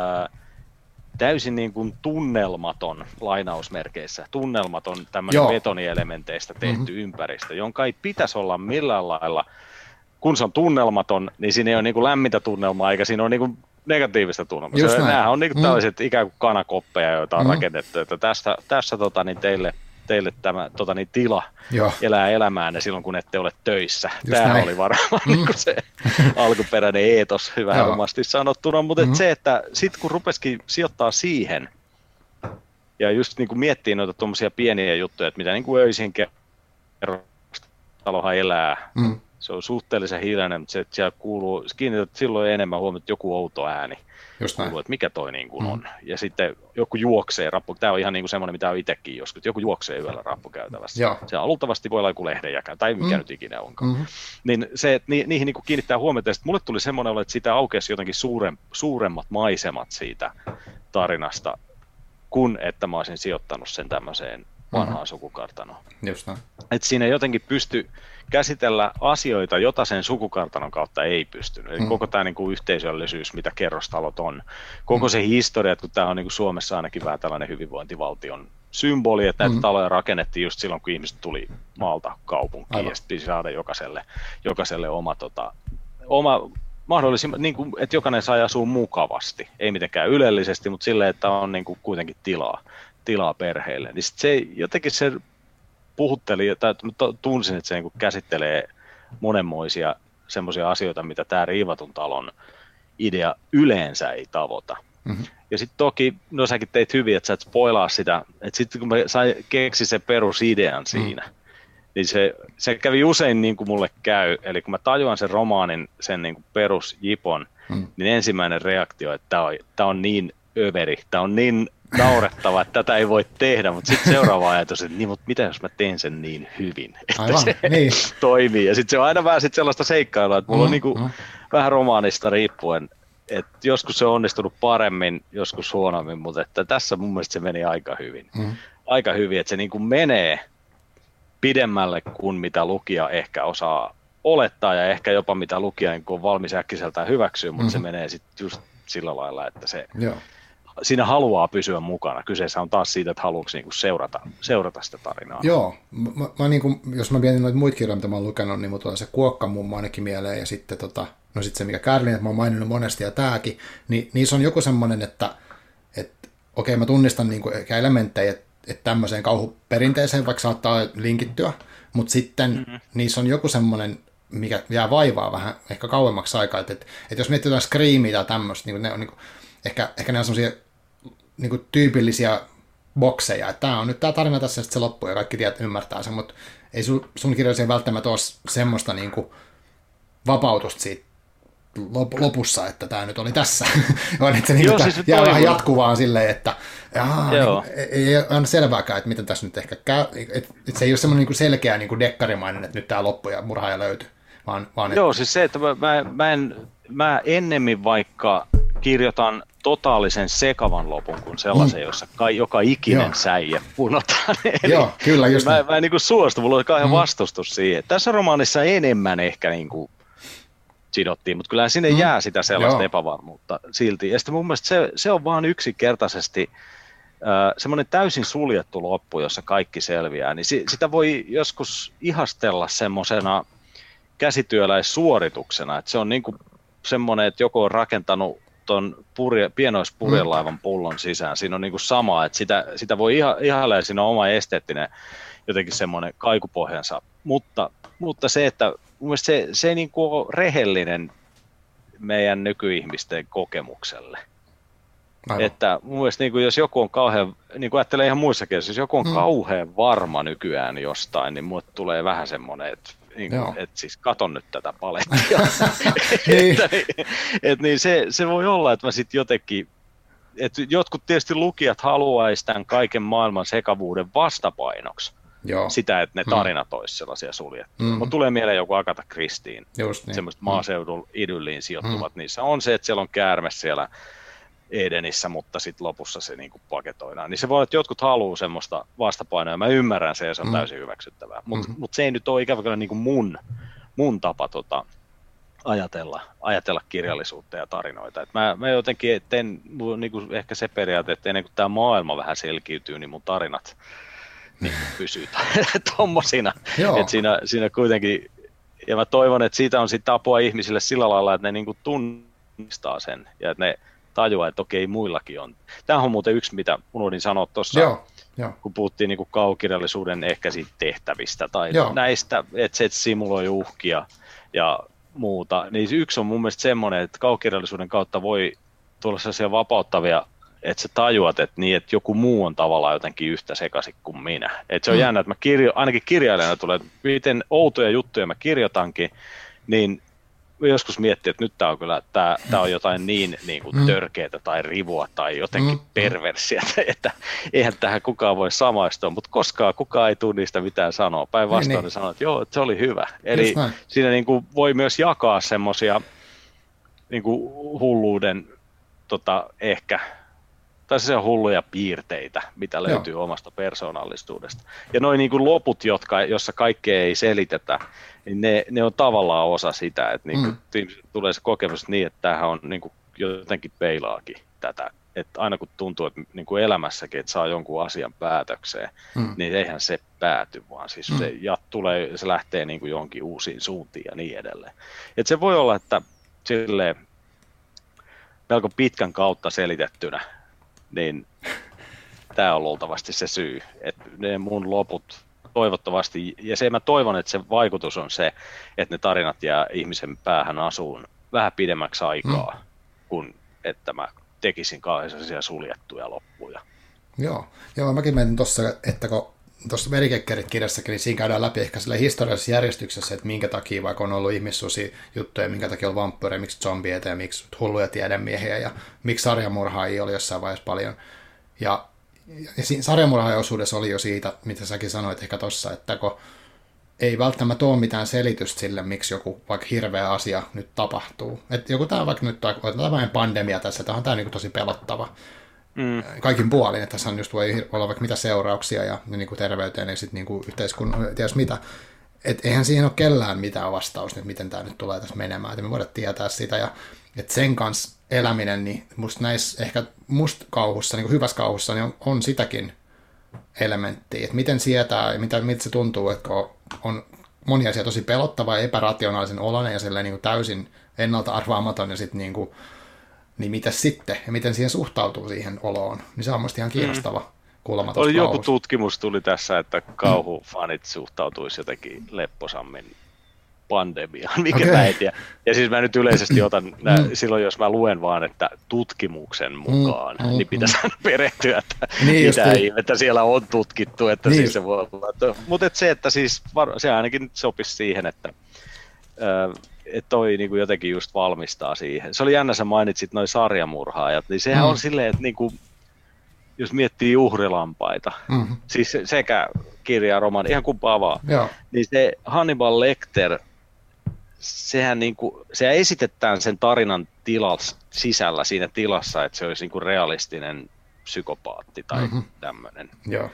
täysin niin kuin tunnelmaton, lainausmerkeissä, tunnelmaton tämmöinen betonielementeistä tehty ympäristö, jonka ei pitäisi olla millään lailla, kun se on tunnelmaton, niin siinä ei ole niin kuin lämmintä tunnelmaa, eikä siinä ole niin kuin negatiivista tunnelmaa. Nämähän on niin kuin tällaiset ikään kuin kanakoppeja, joita on rakennettu, että tässä teille tämä tila elää elämään silloin, kun ette ole töissä. Tämähän oli varmaan niin kuin se alkuperäinen eetos, vähän omasti sanottuna, mutta se, että sitten kun rupesikin sijoittaa siihen, ja just niin kuin miettii noita tuommoisia pieniä juttuja, että mitä niin kuin öisin kerrostalohan elää, se on suhteellisen hiljainen, mutta se, että siellä kuuluu, kiinnität silloin enemmän huomioon, että joku outo ääni kuuluu, että mikä toi niin kuin on. Ja sitten joku juoksee tämä on ihan niin kuin semmoinen, mitä on itsekin joskus, joku juoksee yöllä rappukäytävässä. Se luultavasti voi olla joku lehdenjäkä, tai mikä nyt ikinä onkaan. Niin se, että niihin niin kuin kiinnittää huomiota, ja mulle tuli semmoinen olo, että siitä aukesi jotenkin suuremmat maisemat siitä tarinasta, kun että mä olisin sijoittanut sen tämmöiseen vanhaan sukukartanoon. Että siinä jotenkin pystyy käsitellä asioita, jota sen sukukartanon kautta ei pystynyt. Eli koko tämä niin kuin yhteisöllisyys, mitä kerrostalot on. Koko se historia, että kun tämä on niin kuin Suomessa ainakin vähän tällainen hyvinvointivaltion symboli, että näitä taloja rakennettiin just silloin, kun ihmiset tuli maalta kaupunkiin, ja sitten saada jokaiselle oma mahdollisimman, niin kuin, että jokainen saa asua mukavasti. Ei mitenkään ylellisesti, mutta silleen, että on niin kuin kuitenkin tilaa perheelle. Niin se jotenkin se puhutteli, tai tunsin, että se niin kuin käsittelee monenmoisia semmoisia asioita, mitä tämä riivatun talon idea yleensä ei tavoita. Ja sitten toki, no säkin teit hyvin, että sä et spoilaa sitä, että sitten kun mä keksin sen perusidean siinä, niin se kävi usein niin kuin mulle käy, eli kun mä tajuan sen romaanin, sen niin kuin perusjipon, niin ensimmäinen reaktio, että tämä on niin överi, tämä on niin naurettava, että tätä ei voi tehdä, mutta sitten seuraava ajatus, että niin, mutta mitä jos mä teen sen niin hyvin, että se toimii. Ja sitten se on aina vähän sit sellaista seikkailua, että mulla on niinku vähän romaanista riippuen, että joskus se on onnistunut paremmin, joskus huonommin, mutta että tässä mun mielestä se meni aika hyvin. Aika hyvin, että se niinku menee pidemmälle kuin mitä lukija ehkä osaa olettaa ja ehkä jopa mitä lukija niin on valmis äkkiseltään hyväksyä, mutta se menee sitten just sillä lailla, että se siinä haluaa pysyä mukana. Kyseessä on taas siitä, että haluatko niinku seurata sitä tarinaa. Joo. Mä niinku, jos mä mietin noita muita kirjoja, mitä mä oon lukenut, niin mulla tulee se Kuokkamummo ainakin mieleen, ja sitten no sit se, mikä Kärlin, että mä oon maininnut monesti, ja tääkin, niin niissä on joku semmoinen, että okei, mä tunnistan niinku ehkä elementtejä, että tämmöiseen kauhuperinteeseen vaikka saattaa linkittyä, mutta sitten niissä on joku semmoinen, mikä jää vaivaa vähän ehkä kauemmaksi aikaa, että jos miettii jotain Screamia tai tämmöistä, niin ne on niinku, ehkä ne on semmoisia niinku tyypillisiä bokseja, että tämä on nyt tämä tarina tässä, sitten se loppuu ja kaikki ymmärtää sen, mutta ei sun kirjalliseen välttämättä ole semmoista niinku vapautusta siitä lopussa, että tämä nyt oli tässä. On, että se niin, Joo, että siis jää vähän jatkuvaan silleen, että ei ole selvääkään, että miten tässä nyt ehkä käy. Että se ei ole semmoinen niin selkeä niin dekkarimainen, että nyt tämä loppui ja murhaaja löytyi. Joo, siis se, että mä ennemmin vaikka kirjoitan totaalisen sekavan lopun kuin sellaisen, jossa joka ikinen säie punotaan. Joo, kyllä, just mä en niin suostu, mulla oli kauhean vastustus siihen. Tässä romaanissa enemmän ehkä niin kuin sidottiin, mutta kyllähän sinne jää sitä sellaista epävarmuutta silti. Ja sitten mun mielestä se on vaan yksinkertaisesti semmoinen täysin suljettu loppu, jossa kaikki selviää, niin sitä voi joskus ihastella semmoisena käsityöläissuorituksena, että se on niin kuin semmoinen, että joku on rakentanut tuon pienoispurjelaivan pullon sisään. Siinä on niin kuin sama, että sitä voi ihailla ja siinä on oma esteettinen jotenkin semmoinen kaikupohjansa, mutta se, että mun mielestä se ei niin kuin ole rehellinen meidän nykyihmisten kokemukselle. Aivan. Että mun mielestä niin kuin jos joku on kauhean, niin kuin ajattelee ihan muissakin, jos joku on kauhean varma nykyään jostain, niin mulle tulee vähän semmoinen, että siis katon nyt tätä palettia. niin se voi olla, että mä sitten jotenkin, että jotkut tietysti lukijat haluaisi tämän kaiken maailman sekavuuden vastapainoksi. Sitä, että ne tarinat olisi sellaisia suljettuja. Mutta tulee mieleen joku Agatha Christien, semmoiset maaseudun idylliin sijoittuvat. Niissä on se, että siellä on käärme siellä Edenissä, mutta sitten lopussa se niinku paketoidaan. Niin se voi olla, että jotkut haluaa semmoista vastapainoa, ja mä ymmärrän se, ja se on täysin hyväksyttävää. Mutta se ei nyt ole ikävä kyllä niinku mun tapa ajatella kirjallisuutta ja tarinoita. Et mä jotenkin teen niinku ehkä se periaate, että ennen kuin tämä maailma vähän selkiytyy, niin mun tarinat niin pysyy tommosina. Että siinä kuitenkin, ja mä toivon, että siitä on sitten apua ihmisille sillä lailla, että ne niinku tunnistaa sen, ja että ne tajuaa, että okei, muillakin on. Tämä on muuten yksi, mitä unohdin sanoa tuossa, kun puhuttiin niin kuin kaukirjallisuuden ehkä siitä tehtävistä tai näistä, että se simuloi uhkia ja muuta. Niin yksi on mun mielestä semmoinen, että kaukirjallisuuden kautta voi tulla sellaisia vapauttavia, että sä tajuat, että joku muu on tavallaan jotenkin yhtä sekaisin kuin minä. Että se on jännä, että ainakin kirjailijana tulee, että miten outoja juttuja mä kirjoitankin, niin joskus miettii, että nyt tämä on kyllä, tämä on jotain niin kuin törkeätä tai rivua tai jotenkin perversiä, että eihän tähän kukaan voi samaistua, mutta koskaan kukaan ei tunnista mitään sanoa. Päinvastoin ne sanoo, että joo, että se oli hyvä. Eli siinä niin kuin voi myös jakaa semmoisia niin kuin hulluuden ehkä, tai se on hulluja piirteitä, mitä löytyy omasta persoonallisuudesta. Ja noin niin kuin loput, jossa kaikkea ei selitetä, niin ne on tavallaan osa sitä, että niin tulee se kokemus niin, että tämähän on niin kuin jotenkin peilaakin tätä. Että aina kun tuntuu, että niin kuin elämässäkin, että saa jonkun asian päätökseen, niin eihän se pääty, vaan siis se lähtee niin kuin johonkin uusiin suuntiin ja niin edelleen. Että se voi olla, että silleen melko pitkän kautta selitettynä, niin tämä on luultavasti se syy, että ne mun loput toivottavasti, ja se mä toivon, että se vaikutus on se, että ne tarinat jää ihmisen päähän asuun vähän pidemmäksi aikaa, kuin että mä tekisin kauhean suljettuja loppuja. Joo, mäkin mietin tuossa, että kun tuossa Merikekkerit-kirjassakin, niin siinä käydään läpi ehkä sille historiallisessa järjestyksessä, että minkä takia vaikka on ollut ihmissusia juttuja, minkä takia on vampyyreja, miksi zombieita ja miksi hulluja tiedemiehiä ja miksi sarjamurhaajia oli jossain vaiheessa paljon. Ja siinä sarjamurhaajan osuudessa oli jo siitä, mitä säkin sanoit ehkä tuossa, että kun ei välttämättä ole mitään selitystä sille, miksi joku vaikka hirveä asia nyt tapahtuu. Että joku tämä vaikka nyt otetaan vain pandemia tässä, tämä on tämä niin tosi pelottava. Kaikin puolin, että tässä on just voi olla vaikka mitä seurauksia ja niin kuin terveyteen ja sitten niin yhteiskunnan, ties mitä. Että eihän siihen ole kellään mitään vastausta, että miten tämä nyt tulee tässä menemään, että me voidaan tietää sitä. Ja että sen kanssa eläminen, niin musta näissä ehkä musta kauhussa, niin kuin hyvässä kauhussa, niin on sitäkin elementtiä. Että miten sietää ja miltä se tuntuu, että on moni asia tosi pelottava ja epärationaalisen oloinen ja niin kuin täysin ennalta arvaamaton ja sitten niin niin mitä sitten, ja miten siihen suhtautuu siihen oloon, niin se on musta ihan kiinnostava kulma tuosta joku tutkimus tuli tässä, että kauhufanit suhtautuisi jotenkin lepposammin pandemiaan, mikä mä en tiedä. Ja siis mä nyt yleisesti otan, silloin jos mä luen vaan, että tutkimuksen mukaan, niin pitäisi perehtyä, että mitä ihmettä siellä on tutkittu, että siis se voi olla. Mutta se, että siis se ainakin sopisi siihen, että toi niin kuin jotenkin just valmistaa siihen. Se oli jännä, sä mainitsit noi sarjamurhaajat, niin sehän on silleen, että niin kuin, jos miettii uhrilampaita, siis sekä kirja ja romaani, ihan kumpaa vaan, niin se Hannibal Lecter, sehän esitetään sen tarinan sisällä siinä tilassa, että se olisi niin kuin realistinen psykopaatti tai tämmöinen.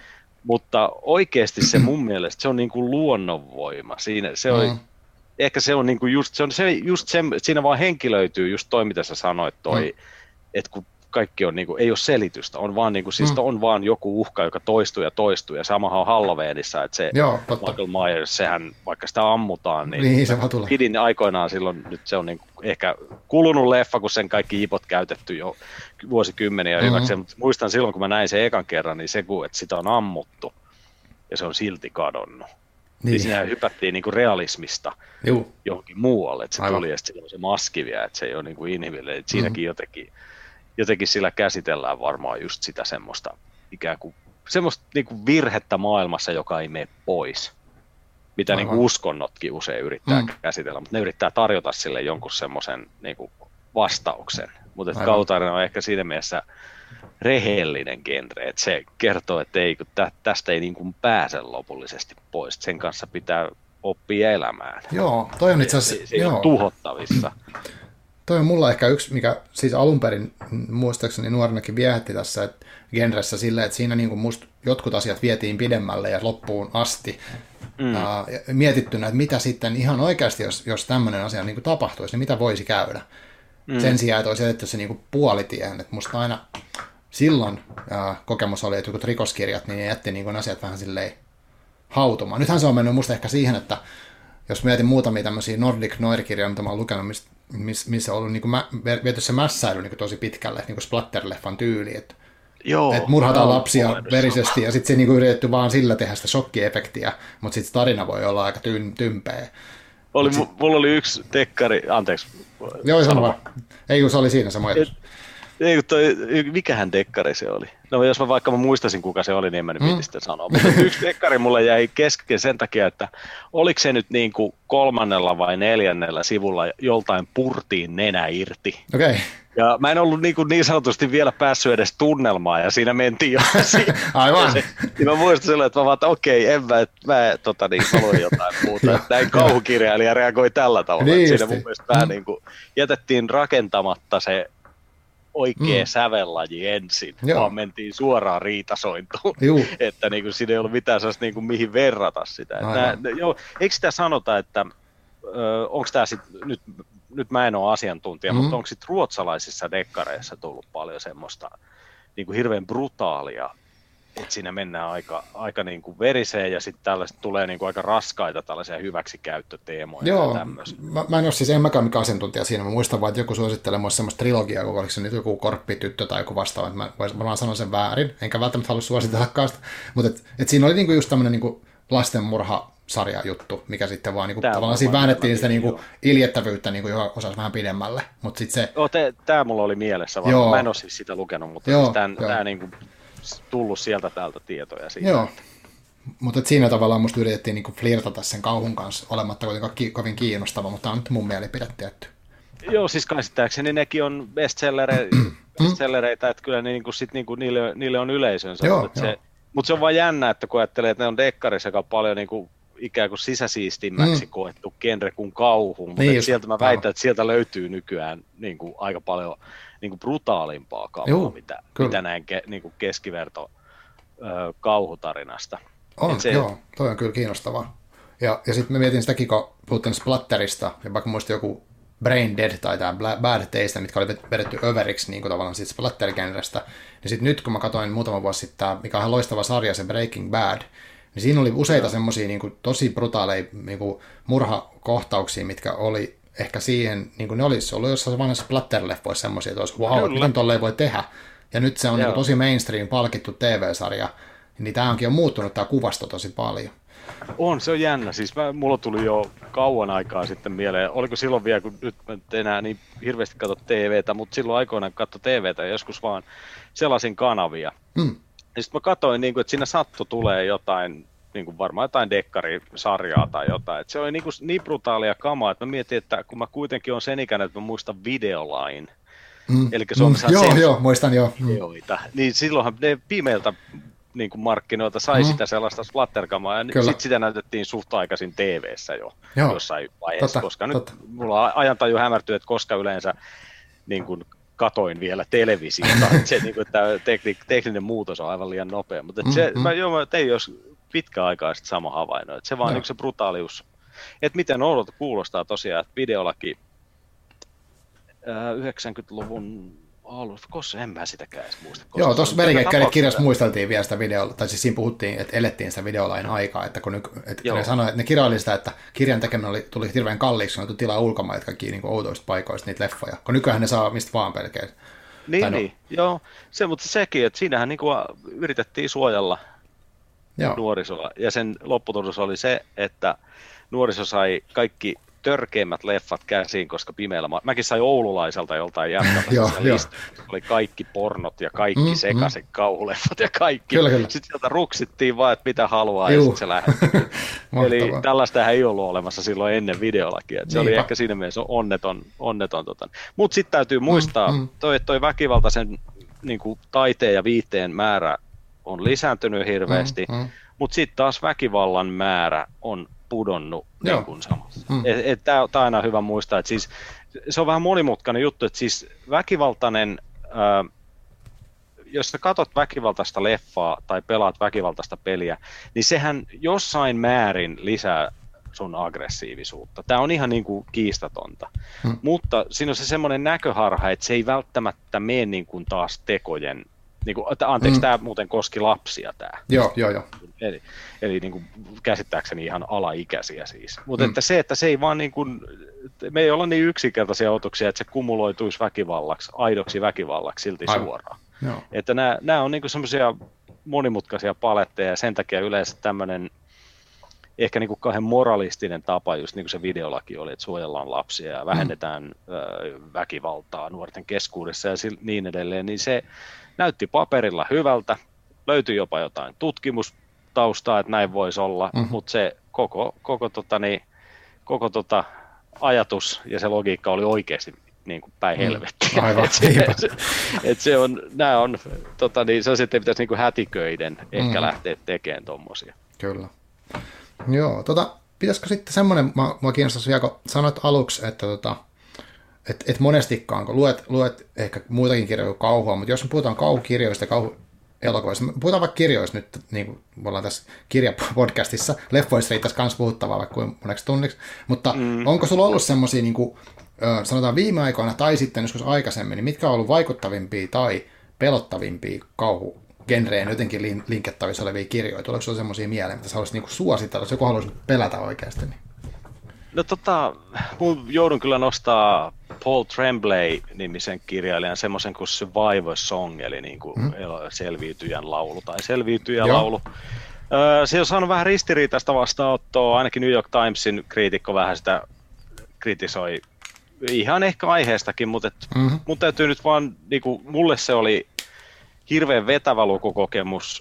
Mutta oikeasti se mun mielestä se on niin kuin luonnonvoima. Siinä se on, ehkä se on niin kuin just se, siinä vaan henkilöityy just toi, mitä sä sanoit että kun kaikki on niin kuin, ei ole selitystä, on vaan, niin kuin, siis on vaan joku uhka, joka toistuu ja samahan on Halloweenissa, että se Michael Myers, sehän vaikka sitä ammutaan, niin se pidin aikoinaan silloin, nyt se on niin kuin ehkä kulunut leffa, kun sen kaikki jipot käytetty jo vuosikymmeniä hyväksi, mutta muistan silloin, kun mä näin sen ekan kerran, niin se, että sitä on ammuttu ja se on silti kadonnut. Niin siinä hypättiin niin kuin realismista johonkin muualle, että se tuli ja sitten se maski vielä, että se ei ole niin kuin inhimillinen, että siinäkin jotenkin sillä käsitellään varmaan just sitä semmoista ikään kuin semmoista niin kuin virhettä maailmassa, joka ei mene pois, mitä niin kuin uskonnotkin usein yrittää käsitellä, mutta ne yrittää tarjota sille jonkun semmoisen niin kuin vastauksen, mutta Kautarinen on ehkä siinä mielessä rehellinen genre, että se kertoo, että tästä ei niin kuin pääse lopullisesti pois, sen kanssa pitää oppia elämään. Joo, toi on itse asiassa... Se ei ole tuhottavissa. Toi on mulla ehkä yksi, mikä siis alun perin muistaakseni nuorenakin viehätti tässä että genressä silleen, että siinä niin kuin musta jotkut asiat vietiin pidemmälle ja loppuun asti mietittynä, että mitä sitten ihan oikeasti, jos tämmöinen asia niin kuin tapahtuisi, niin mitä voisi käydä. Sen sijaan, että olisi jätetty se niin kuin puolitiehen, että musta aina silloin kokemus oli, että jotkut rikoskirjat, niin ne jätti niin kuin asiat vähän silleen hautumaan. Nythän se on mennyt musta ehkä siihen, että jos mietin muutamia tämmöisiä Nordic Noir-kirjoja, mitä mä oon lukenut, missä on ollut niin viety se mässäily niin tosi pitkälle, niin Splatter-leffan tyyli, että murhataan lapsia verisesti ja sitten se niin yritetty vaan sillä tehdä sitä shokkiefektiä, mutta sitten tarina voi olla aika tympeä. Mulla oli yksi tekkari, anteeksi. Joo, sano vaan. Ei kun se oli siinä sama ajatus. Mikähän dekkari se oli? No jos mä muistaisin kuka se oli, niin en mä nyt viitistä sanoa. Mutta yksi dekkari mulle jäi kesken sen takia, että oliko se nyt niin kuin 3. vai 4. sivulla joltain purtiin nenä irti. Okei. Ja mä en ollut niin sanotusti vielä päässyt edes tunnelmaan ja siinä mentiin jo Aivan. Niin mä muistan silloin, että mä vaan, että okei, mä luin jotain muuta. Näin kauhukirjailija reagoi tällä tavalla. Niin siinä mun mielestä vähän niin kuin jätettiin rakentamatta se oikea sävellaji ensin, vaan mentiin suoraan riitasointuun, että niin kuin siinä ei ollut mitään sellaista niin kuin mihin verrata sitä. Eikö sitä sanota, että onko tämä sitten, nyt mä en ole asiantuntija, mutta onko sitten ruotsalaisissa dekkareissa tullut paljon semmoista niin kuin hirveän brutaalia, että siinä mennään aika niin kuin veriseen ja sitten tällaista tulee niin kuin aika raskaita tällaisia hyväksikäyttöteemoja. Joo, mä en ole siis, en mäkään mikään asiantuntija siinä, mä muistan vaan, että joku suosittelee mulle semmoista trilogiaa, kun oliko se nyt joku Korppityttö tai joku vastaava, että mä varmaan sanon sen väärin, enkä välttämättä halua suositellakaan sitä, mutta et siinä oli niinku just tämmöinen niinku lastenmurha-sarja juttu, mikä sitten vaan niinku, tavallaan siinä väännettiin sitä niinku iljettävyyttä, niinku, joka osasi vähän pidemmälle. Mut sit se... Tämä mulla oli mielessä, vaan mä en ole siis sitä lukenut, mutta siis tämä niinku tullut sieltä täältä tietoja siitä. Joo, mutta siinä tavallaan musta yritettiin niinku flirtata sen kauhun kanssa, olematta kuitenkaan kovin kiinnostava, mutta tämä on nyt mun mielipide tietty. Joo, siis käsittääkseni nekin on bestsellereitä, että kyllä niille on yleisönsä. Mutta se on vaan jännä, että kun ajattelee, että ne on dekkarissa aika paljon niinku ikään kuin sisäsiistimmäksi koettu genre kuin kauhu, mutta niin sieltä mä väitän, että sieltä löytyy nykyään niinku aika paljon niinku brutaalimpaa kauhua, mitä näin niinku keskiverto kauhutarinasta. Joo, toi on kyllä kiinnostavaa. Ja sitten mä mietin sitäkin, kun puhuttiin Splatterista, ja vaikka muista joku Brain Dead tai tämä Bad Taste, mitkä oli vedetty överiksi niin kuin tavallaan siitä Splatter-genrestä, niin sitten nyt kun mä katsoin muutama vuosi sitten, mikä on ihan loistava sarja, se Breaking Bad, niin siinä oli useita semmoisia niin kuin tosi brutaaleja niin kuin murhakohtauksia, mitkä oli ehkä siihen, niin kuin ne olisi ollut jossain vanhassa Splatter-leffoissa semmoisia, että olisi wow, miten tolleen voi tehdä. Ja nyt se on niin kuin tosi mainstream palkittu TV-sarja, niin tämä onkin jo muuttunut tämä kuvasto tosi paljon. Se on jännä. Siis mulla tuli jo kauan aikaa sitten mieleen, oliko silloin vielä, kun nyt mä enää niin hirveästi katso TVtä, mutta silloin aikoinaan katso TVtä ja joskus vaan sellaisin kanavia. Ja sitten mä katsoin, että siinä tulee jotain niin kuin varmaan jotain dekkarisarjaa tai jotain. Et se oli niin brutaalia kamaa, että mä mietin, että kun mä kuitenkin on sen ikäinen, että mä muistan Videolain, eli Suomessa joo, muistan joo. Niin silloinhan ne pimeiltä niin kuin markkinoilta sai sitä sellaista splatterkamaa, ja sitten sitä näytettiin suht aikaisin TV-ssä jo jossain vaiheessa, koska nyt mulla ajantaju hämärtyy, että koska yleensä niin kuin katoin vielä televisiota, että se, niin kuin, tämä tekninen muutos on aivan liian nopea, mutta mä tein jos pitkä aikaa sitten sama havainno, että se vaan niin se brutaalius, että miten oudolta kuulostaa tosiaan, että videolaki 90-luvun alussa, koska en mä sitäkään edes muista. Joo, tuossa Verikeikkäiden kirjassa muisteltiin vielä sitä videolla, tai siis siinä puhuttiin, että elettiin sitä videolain aikaa, että kun ne sanoi, että ne kirjoili sitä, että kirjan tekeminen tuli hirveän kalliiksi, kun ne tilaa ulkomailta kaikkia niin outoista paikoista niitä leffoja, kun nykyään ne saa mistä vaan pelkeä. Joo, mutta sekin, että siinähän niin kuin yritettiin suojella nuorisoa, ja sen lopputulos oli se, että nuoriso sai kaikki törkeimmät leffat käsiin, koska pimeällä mäkin sain oululaiselta joltain jätkältä oli kaikki pornot ja kaikki sekaisin kauhuleffat ja kaikki. Kyllä. Sitten sieltä ruksittiin vaan, että mitä haluaa ja sitten se lähti. Eli tällaista ei ollut olemassa silloin ennen videolakia. Se oli ehkä siinä mielessä onneton. Mutta sitten täytyy muistaa, toi väkivaltaisen niin kuin taiteen ja viihteen määrä on lisääntynyt hirveästi, mutta sitten taas väkivallan määrä on pudonnut niin kuin samassa. Tämä on aina hyvä muistaa, että siis se on vähän monimutkainen juttu, että siis väkivaltainen, jos sä katot väkivaltaista leffaa tai pelaat väkivaltaista peliä, niin sehän jossain määrin lisää sun aggressiivisuutta. Tämä on ihan niin kuin kiistatonta. Mutta siinä on se semmoinen näköharha, että se ei välttämättä mene niin kuin taas tekojen. Anteeksi, tämä muuten koski lapsia tämä. Joo. Eli niin kuin käsittääkseni ihan alaikäisiä siis. Mutta että se ei vaan niin kuin, me ei olla niin yksinkertaisia otuksia, että se kumuloituisi väkivallaksi, aidoksi väkivallaksi silti suoraan. Joo. Että nämä on niin kuin semmoisia monimutkaisia paletteja, ja sen takia yleensä tämmöinen ehkä niin kuin kauhean moralistinen tapa, just niin kuin se videolaki oli, että suojellaan lapsia ja vähennetään väkivaltaa nuorten keskuudessa ja niin edelleen, niin se näytti paperilla hyvältä, löytyi jopa jotain tutkimustaustaa, että näin voisi olla, mutta se koko ajatus ja se logiikka oli oikeasti niin kuin päin helvettiä. Aivan. Se on sitten pitäisi niin kuin hätiköiden ehkä lähteä tekemään tommosia. Kyllä. Joo, pitäisikö sitten semmoinen, mua kiinnostaisi vielä, kun sanoit aluksi, että et monestikaan, kun luet ehkä muitakin kirjoja kuin kauhua, mutta jos me puhutaan kauhukirjoista ja kauhuelokuvista, me puhutaan vaikka kirjoista nyt, niin kuin me ollaan tässä kirjapodcastissa, leffoissa riittäisi myös puhuttavaa vaikka kuin moneksi tunniksi, mutta onko sulla ollut semmoisia, niin kuin, sanotaan viime aikoina tai sitten joskus aikaisemmin, niin mitkä on ollut vaikuttavimpia tai pelottavimpia kauhugenreen jotenkin linkettävissä olevia kirjoja? Tuleeko sinulla semmoisia mieleen, mitä sä haluaisit niin suositella, jos joku haluaisi pelätä oikeasti? Niin? No mun joudun kyllä nostaa Paul Tremblay-nimisen kirjailijan semmoisen kuin Survivor Song, eli niin kuin selviytyjän laulu tai selviytyjälaulu. Se on saanut vähän ristiriitaista vastaanottoa, ainakin New York Timesin kriitikko vähän sitä kritisoi ihan ehkä aiheestakin, mutta mun täytyy nyt vaan, niin kuin, mulle se oli hirveän vetävä lukukokemus,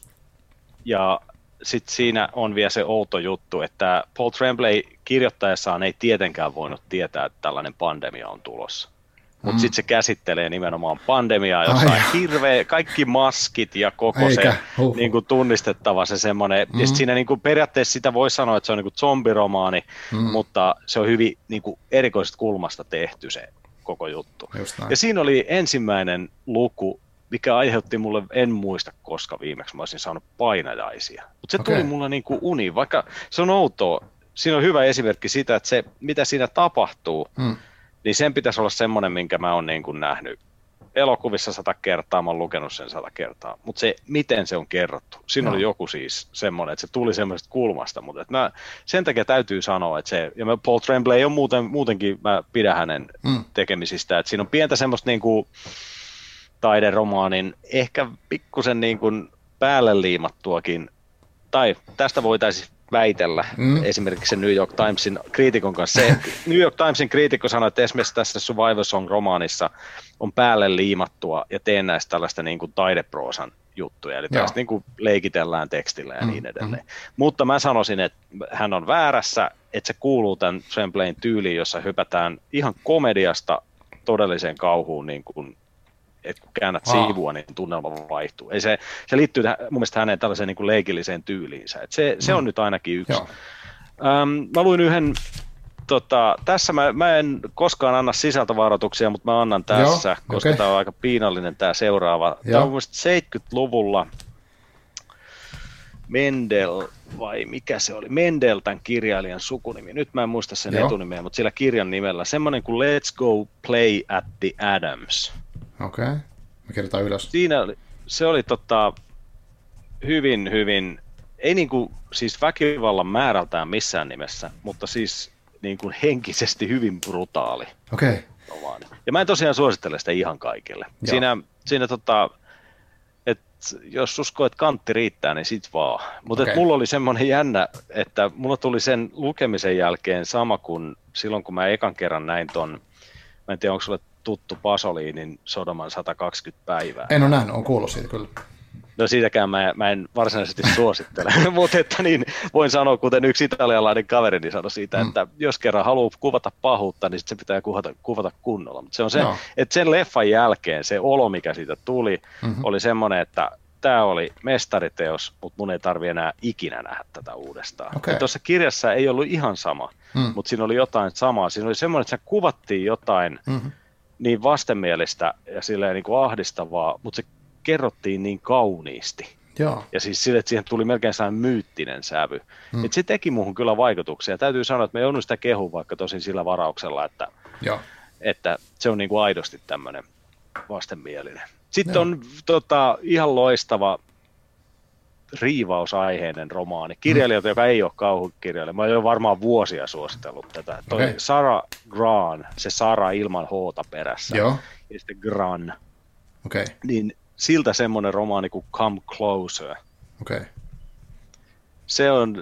ja sitten siinä on vielä se outo juttu, että Paul Tremblay kirjoittaessaan ei tietenkään voinut tietää, että tällainen pandemia on tulossa. Mutta sitten se käsittelee nimenomaan pandemiaa, jossa on hirveä, kaikki maskit ja koko se niin kuin tunnistettava se semmoinen. Ja sitten siinä niin kuin periaatteessa sitä voi sanoa, että se on niin kuin zombiromaani, mutta se on hyvin niin kuin erikoisesta kulmasta tehty se koko juttu. Ja siinä oli ensimmäinen luku, mikä aiheutti mulle, en muista koska viimeksi mä olisin saanut painajaisia. Mutta se tuli mulle niin kuin uni, vaikka se on outoa. Siinä on hyvä esimerkki sitä, että se mitä siinä tapahtuu, niin sen pitäisi olla semmoinen, minkä mä oon niin kuin nähnyt elokuvissa 100 kertaa, mä oon lukenut sen 100 kertaa. Mutta se, miten se on kerrottu, siinä oli joku siis semmoinen, että se tuli semmoisesta kulmasta. Mutta sen takia täytyy sanoa, että se, ja Paul Tremblay on muutenkin, mä pidän hänen tekemisistä, että siinä on pientä semmoista niin kuin taideromaanin, ehkä pikkusen niin kuin päälle liimattuakin, tai tästä voitaisiin väitellä esimerkiksi se New York Timesin kriitikon kanssa. Se New York Timesin kriitikko sanoi, että esimerkiksi tässä Survivor Song-romaanissa on päälle liimattua ja teennäistä tällaista niin kuin taideproosan juttuja, eli tästä niin kuin leikitellään tekstillä ja niin edelleen. Mutta mä sanoisin, että hän on väärässä, että se kuuluu tämän Tremblayn tyyliin, jossa hypätään ihan komediasta todelliseen kauhuun, niin kuin, että kun käännät siivua, niin tunnelma vaihtuu. Ei se liittyy mun mielestä hänen tällaiseen niin kuin leikilliseen tyyliinsä. Että se on nyt ainakin yksi. Mä luin yhden, tässä mä en koskaan anna sisältövaroituksia, mutta mä annan tässä, koska tämä on aika piinallinen tämä seuraava. Tämä on mun mielestä 70-luvulla Mendel, vai mikä se oli? Mendel, tämän kirjailijan sukunimi. Nyt mä en muista sen etunimeä, mutta sillä kirjan nimellä. Semmoinen kuin Let's Go Play at the Adams. Okei, mä kirjoitan ylös. Se oli hyvin, ei niinku siis väkivallan määrältään missään nimessä, mutta siis niinku henkisesti hyvin brutaali. Okei. Ja mä en tosiaan suosittele sitä ihan kaikille. Siinä jos uskoo, että kantti riittää, niin sit vaan. Mutta mulla oli semmoinen jännä, että mulla tuli sen lukemisen jälkeen sama kuin silloin, kun mä ekan kerran näin ton, mä en tiedä, onko sulle tuttu Pasolinin Sodoman 120 päivää. En ole nähnyt, on kuullut siitä kyllä. No siitäkään mä en varsinaisesti suosittele, mutta että niin, voin sanoa, kuten yksi italialainen kaverini sanoi siitä, että jos kerran haluaa kuvata pahuutta, niin sit se pitää kuvata kunnolla. Mutta se on se, että sen leffan jälkeen se olo, mikä siitä tuli, oli semmoinen, että tämä oli mestariteos, mutta mun ei tarvitse enää ikinä nähdä tätä uudestaan. Tuossa kirjassa ei ollut ihan sama, mutta siinä oli jotain samaa. Siinä oli semmoinen, että se kuvattiin jotain niin vastenmielistä ja silleen niin kuin ahdistavaa, mutta se kerrottiin niin kauniisti. Ja siis sille, että siihen tuli melkein sellainen myyttinen sävy. Että se teki muuhun kyllä vaikutuksia. Täytyy sanoa, että me joudun sitä kehua vaikka tosin sillä varauksella, että se on niin kuin aidosti tämmöinen vastenmielinen. Sitten on ihan loistava riivausaiheinen romaani. Kirjailijalta, joka ei ole kauhukirjailija. Mä oon jo varmaan vuosia suositellut tätä. Toi Sarah Gran, se Sara ilman hoota perässä. Ja sitten Gran. Niin siltä semmoinen romaani kuin Come Closer. Se on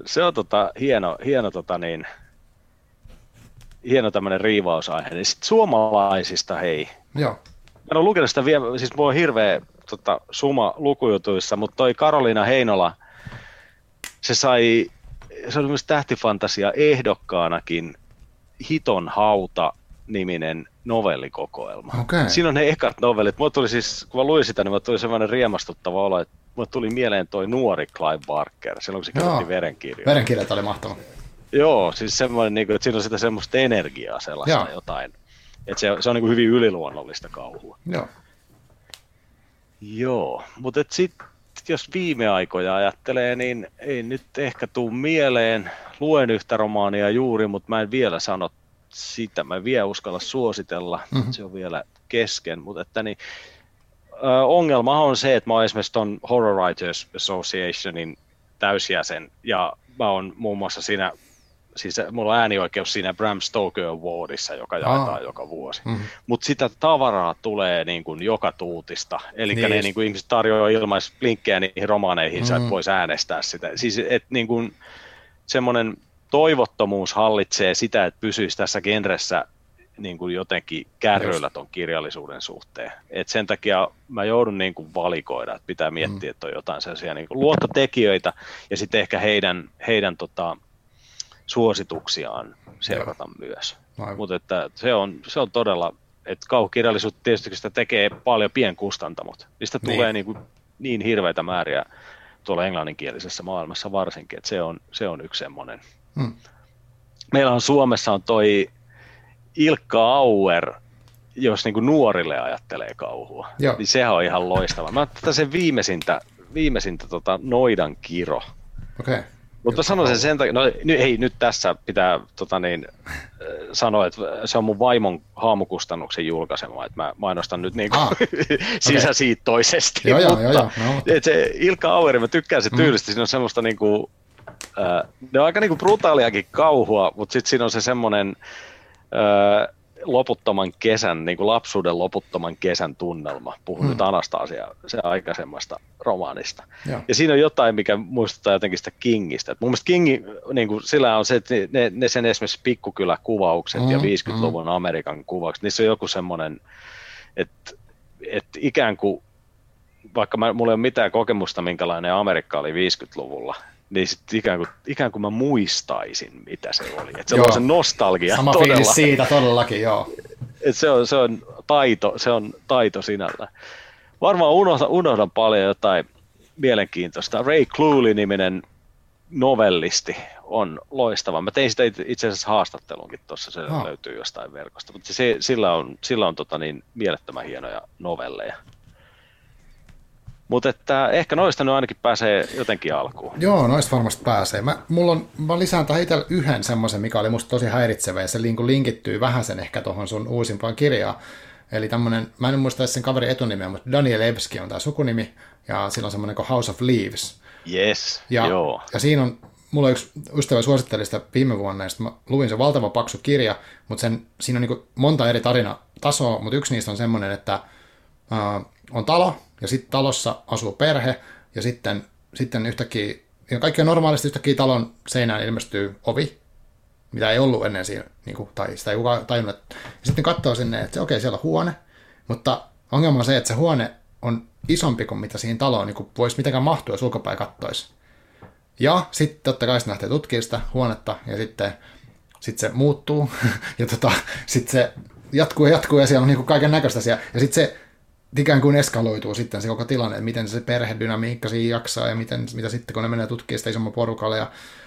hieno tämmöinen riivausaihe. Sitten suomalaisista, hei. Mä en ole lukenut sitä vielä, siis mulla on hirveä suma lukujutuissa, mutta toi Karoliina Heinola, se oli myös tähtifantasia ehdokkaanakin Hiton hauta-niminen novellikokoelma. Siinä on ne ekat novellit. Mulla tuli siis, kun mä luin sitä, niin mulla tuli semmoinen riemastuttava olo, että mulla tuli mieleen toi nuori Clive Barker, silloin kun se kirjoitti Verenkirjoja. Verenkirjat oli mahtava. Joo, siis semmoinen, että siinä on sitä semmoista energiaa sellaista jotain. Että se on niin kuin hyvin yliluonnollista kauhua. Joo, mutta sitten jos viime aikoja ajattelee, niin ei nyt ehkä tule mieleen. Luen yhtä romaania juuri, mutta mä en vielä sano sitä. Mä en vielä uskalla suositella. Se on vielä kesken. Mutta että niin, ongelma on se, että mä oon esimerkiksi ton Horror Writers Associationin täysjäsen. Ja mä oon muun muassa siinä, siis mulla on äänioikeus siinä Bram Stoker Awardissa, joka jaetaan joka vuosi. Mutta sitä tavaraa tulee niin kuin joka tuutista. Eli ne niin kuin ihmiset tarjoaa ilmaislinkkejä niihin romaaneihin, sä et voisi äänestää sitä. Siis että niin kuin semmoinen toivottomuus hallitsee sitä, että pysyisi tässä genressä niin kuin jotenkin kärryillä ton kirjallisuuden suhteen. Et sen takia mä joudun niin kuin valikoida, että pitää miettiä, että on jotain sellaisia niin kuin luottotekijöitä ja sitten ehkä heidän suosituksiaan seurata myös. Mutta että se on todella, että kauhukirjallisuutta tietysti sitä tekee paljon pienkustantamot. Niistä tulee niin hirveitä määriä tuolla englanninkielisessä maailmassa varsinkin, että se on yksi semmoinen. Meillä on Suomessa on toi Ilkka Auer, jos niin kuin nuorille ajattelee kauhua, niin sehän on ihan loistava. Mä oon sen viimeisintä Noidan Kiro. Mutta sanoisin sen takia, nyt tässä pitää sanoa, että se on mun vaimon haamukustannuksen julkaisema, että mä mainostan nyt niin sisäsiittoisesti. Et se Ilkka Aueri, mä tykkään se tyylistä, siinä on semmoista niinku, ne on aika niinku brutaaliakin kauhua, mutta sitten siinä on se semmoinen loputtoman kesän, niin kuin lapsuuden loputtoman kesän tunnelma. Puhun nyt Anastasia, se aikaisemmasta romaanista. Ja siinä on jotain, mikä muistuttaa jotenkin sitä Kingistä. Et mun mielestä King, niin kuin, sillä on se, että ne sen esimerkiksi pikkukyläkuvaukset ja 50-luvun Amerikan kuvaukset, niissä on joku semmoinen, että ikään kuin vaikka mulla ei ole mitään kokemusta, minkälainen Amerikka oli 50-luvulla, niin sitten ikään kuin mä muistaisin, mitä se oli. Että se on se nostalgia. Sama todella. Fiilis siitä todellakin, joo. Et se on taito sinällä. Varmaan unohdan paljon jotain mielenkiintoista. Ray Cluley-niminen novellisti on loistava. Mä tein sitä itse asiassa haastattelunkin tuossa, se löytyy jostain verkosta, mutta sillä on mielettömän hienoja novelleja. Mutta että ehkä noista nyt ainakin pääsee jotenkin alkuun. Joo, noista varmasti pääsee. Mä lisään tähän itsellä yhden semmoisen, mikä oli musta tosi häiritsevä, ja se linkittyy vähän sen ehkä tuohon sun uusimpaan kirjaan. Eli tämmönen, mä en muista sen kaverin etunimeä, mutta Daniel Evski on tää sukunimi, ja sillä on semmoinen kuin House of Leaves. Yes, joo. Ja siinä on, mulla yksi ystävä suositteli sitä viime vuonna, ja sitten mä luin sen valtava paksu kirja, mutta siinä on niinku monta eri tarinatasoa, mutta yksi niistä on semmoinen, että on talo, ja sitten talossa asuu perhe, ja sitten yhtäkkiä, ja kaikki on normaalisti yhtäkkiä talon seinään ilmestyy ovi, mitä ei ollut ennen siinä, tai sitä ei kukaan tajunnut. Ja sitten katsoo sinne, että okei, siellä on huone, mutta ongelma on se, että se huone on isompi kuin mitä siihen taloon niin voisi mitenkään mahtua, jos ulkopäin kattoisi. Ja sitten totta kai se lähtee tutkimaan sitä huonetta, ja sitten se muuttuu, ja sitten se jatkuu, ja siellä on niin kaiken näköistä siellä. Ja sitten se ikään kuin eskaloituu sitten se koko tilanne, että miten se perhedynamiikka siinä jaksaa, ja mitä sitten, kun ne menee tutkimaan sitä isomman porukalle,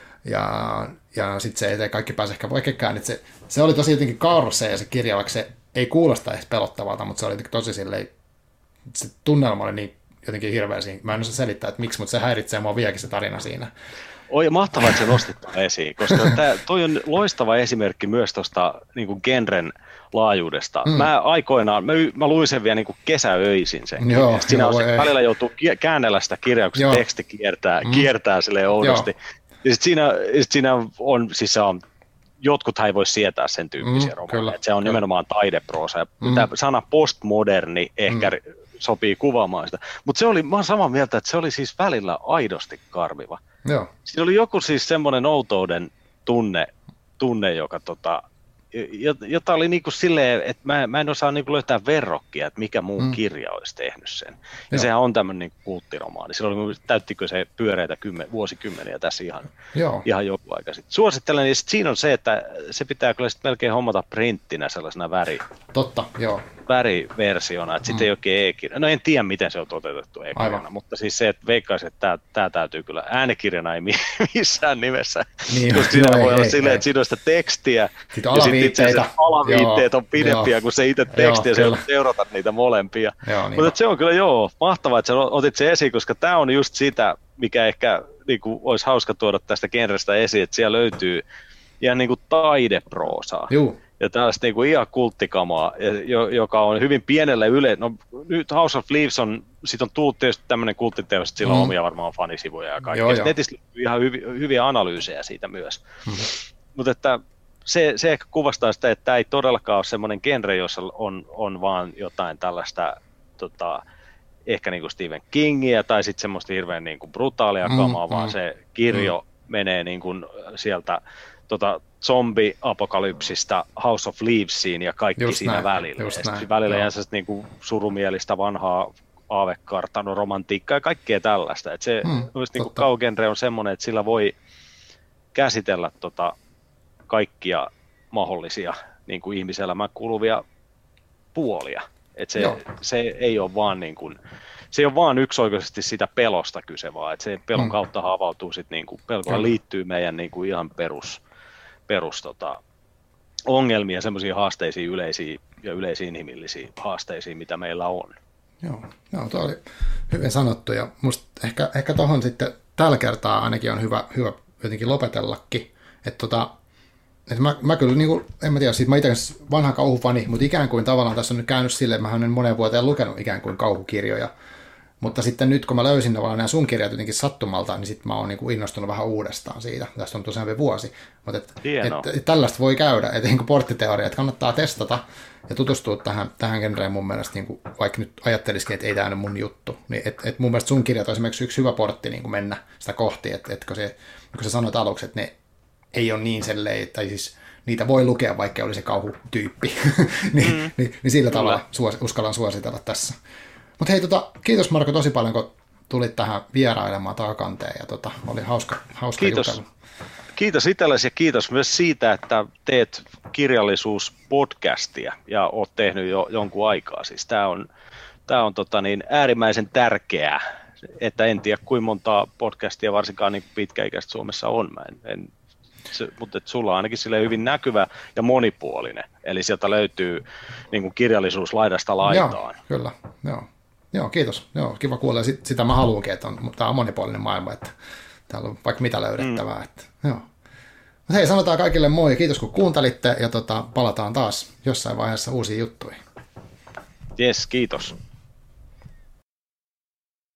ja sitten se ei kaikki pääse ehkä vaikkekään. Se oli tosi jotenkin karsea se kirja, vaikka se ei kuulosta edes pelottavalta, mutta se oli tosi silleen, se tunnelma oli niin jotenkin hirveä siinä. Mä en osaa selittää, että miksi, mutta se häiritsee mua vieläkin se tarina siinä. Oi, mahtavaa, että se nostit esiin, koska toi on loistava esimerkki myös tuosta niin genren laajuudesta. Mä aikoinaan, mä luin sen vielä niin kuin kesäöisin sen. Joo, siinä välillä joutuu käännellä sitä kirjaa, kun se teksti kiertää silleen oudosti. Ja sitten siinä on, siis se on, jotkuthan ei voi sietää sen tyyppisiä romaaneja. Se on nimenomaan taideproosa. Tämä sana postmoderni ehkä sopii kuvaamaan sitä. Mutta mä oon samaa mieltä, että se oli siis välillä aidosti karmiva. Joo. Siinä oli joku siis semmoinen outouden tunne joka jota oli niinku silleen, että mä en osaa niinku löytää verrokkia, että mikä muu kirja olisi tehnyt sen. Ja sehän on tämmöinen niinku kulttiromaani. Silloin täyttikö se pyöreitä vuosikymmeniä tässä ihan joku aika sitten. Suosittelen, ja siinä on se, että se pitää kyllä sitten melkein hommata printtinä sellaisena Totta, joo. väriversiona, että sitten ei oikein e-kirja. No en tiedä, miten se on toteutettu e-kirjana, mutta siis se, että veikkaisin, että tämä täytyy kyllä äänikirjana ei missään nimessä. Niin, koska siinä voi olla silleen, että siinä on sitä tekstiä, ja sitten itse asiassa alaviitteet on pidempiä kuin se itse teksti, ja se on seurata niitä molempia. Mutta se on kyllä mahtavaa, että sä otit sen esiin, koska tämä on just sitä, mikä ehkä niin kuin, olisi hauska tuoda tästä genrestä esiin, että siellä löytyy ihan niin kuin taideproosaa. Ja tällaista niin kuin ihan kulttikamaa, joka on hyvin pienellä no nyt House of Leaves on tullut tietysti tämmöinen kulttiteos, että sillä on omia varmaan fanisivuja ja kaikkea. Netissä löytyy ihan hyviä analyysejä siitä myös. Mutta että se ehkä kuvastaa sitä, että tämä ei todellakaan ole semmoinen genre, jossa on vaan jotain tällaista ehkä niin kuin Stephen Kingiä tai sitten semmoista hirveän niin kuin brutaalia kamaa, vaan se kirjo menee niin kuin sieltä zombi-apokalypsista House of Leavesiin ja kaikki just siinä näin, välillä. Välillä jää niin kuin surumielistä vanhaa aavekartanon romantiikkaa ja kaikkea tällaista. Et se niin kaugenre on semmoinen, että sillä voi käsitellä kaikkia mahdollisia niin kuin ihmiselämään kuuluvia puolia. Et se ei ole vaan niin kuin, se ei ole vaan yksioikoisesti sitä pelosta kyse, vaan että se pelon kautta avautuu sitten niin kuin pelkoon liittyy meidän niin kuin ihan perus ongelmia, semmoisiin haasteisiin yleisiin ja yleisinhimillisiin haasteisiin, mitä meillä on. Joo, tuo oli hyvin sanottu, ja musta ehkä tohon sitten tällä kertaa ainakin on hyvä jotenkin lopetellakin, että mä kyllä, niin kuin, en mä tiedä, siis mä itse vanha kauhufani, mutta ikään kuin tavallaan tässä on nyt käynyt silleen, että mä olen monen vuoteen lukenut ikään kuin kauhukirjoja, mutta sitten nyt kun mä löysin tavallaan nämä sun kirjat jotenkin sattumalta, niin sitten mä oon niin kuin innostunut vähän uudestaan siitä. Tästä on tosiaan vuosi. Mutta tällaista voi käydä, että niin kuin porttiteoria, että kannattaa testata ja tutustua tähän genreen mun mielestä, niin kuin, vaikka nyt ajattelisikin, että ei tämä nyt mun juttu. Niin, et mun mielestä sun kirjat on esimerkiksi yksi hyvä portti niin kuin mennä sitä kohti, että kun sä sanoit aluksi, että ne ei ole niin selleen, tai siis niitä voi lukea, vaikka oli se kauhutyyppi, niin sillä tavalla uskallan suositella tässä. Mutta hei, kiitos Marko tosi paljon, kun tulit tähän vierailemaan taakanteen ja oli hauska jutella. Kiitos itsellesi ja kiitos myös siitä, että teet kirjallisuuspodcastia ja oot tehnyt jo jonkun aikaa. Siis tämä on äärimmäisen tärkeää, että en tiedä kuinka monta podcastia varsinkaan niin pitkäikäistä Suomessa on. Mutta sulla on ainakin sille hyvin näkyvä ja monipuolinen. Eli sieltä löytyy niin kuin kirjallisuus laidasta laitaan. Joo, kyllä. Joo, kiitos. Joo, kiva kuulla. Sitä mä haluankin, että tämä on monipuolinen maailma, että täällä on vaikka mitä löydettävää. Joo. Hei, sanotaan kaikille moi. Kiitos kun kuuntelitte ja palataan taas jossain vaiheessa uusiin juttuihin. Jes, kiitos.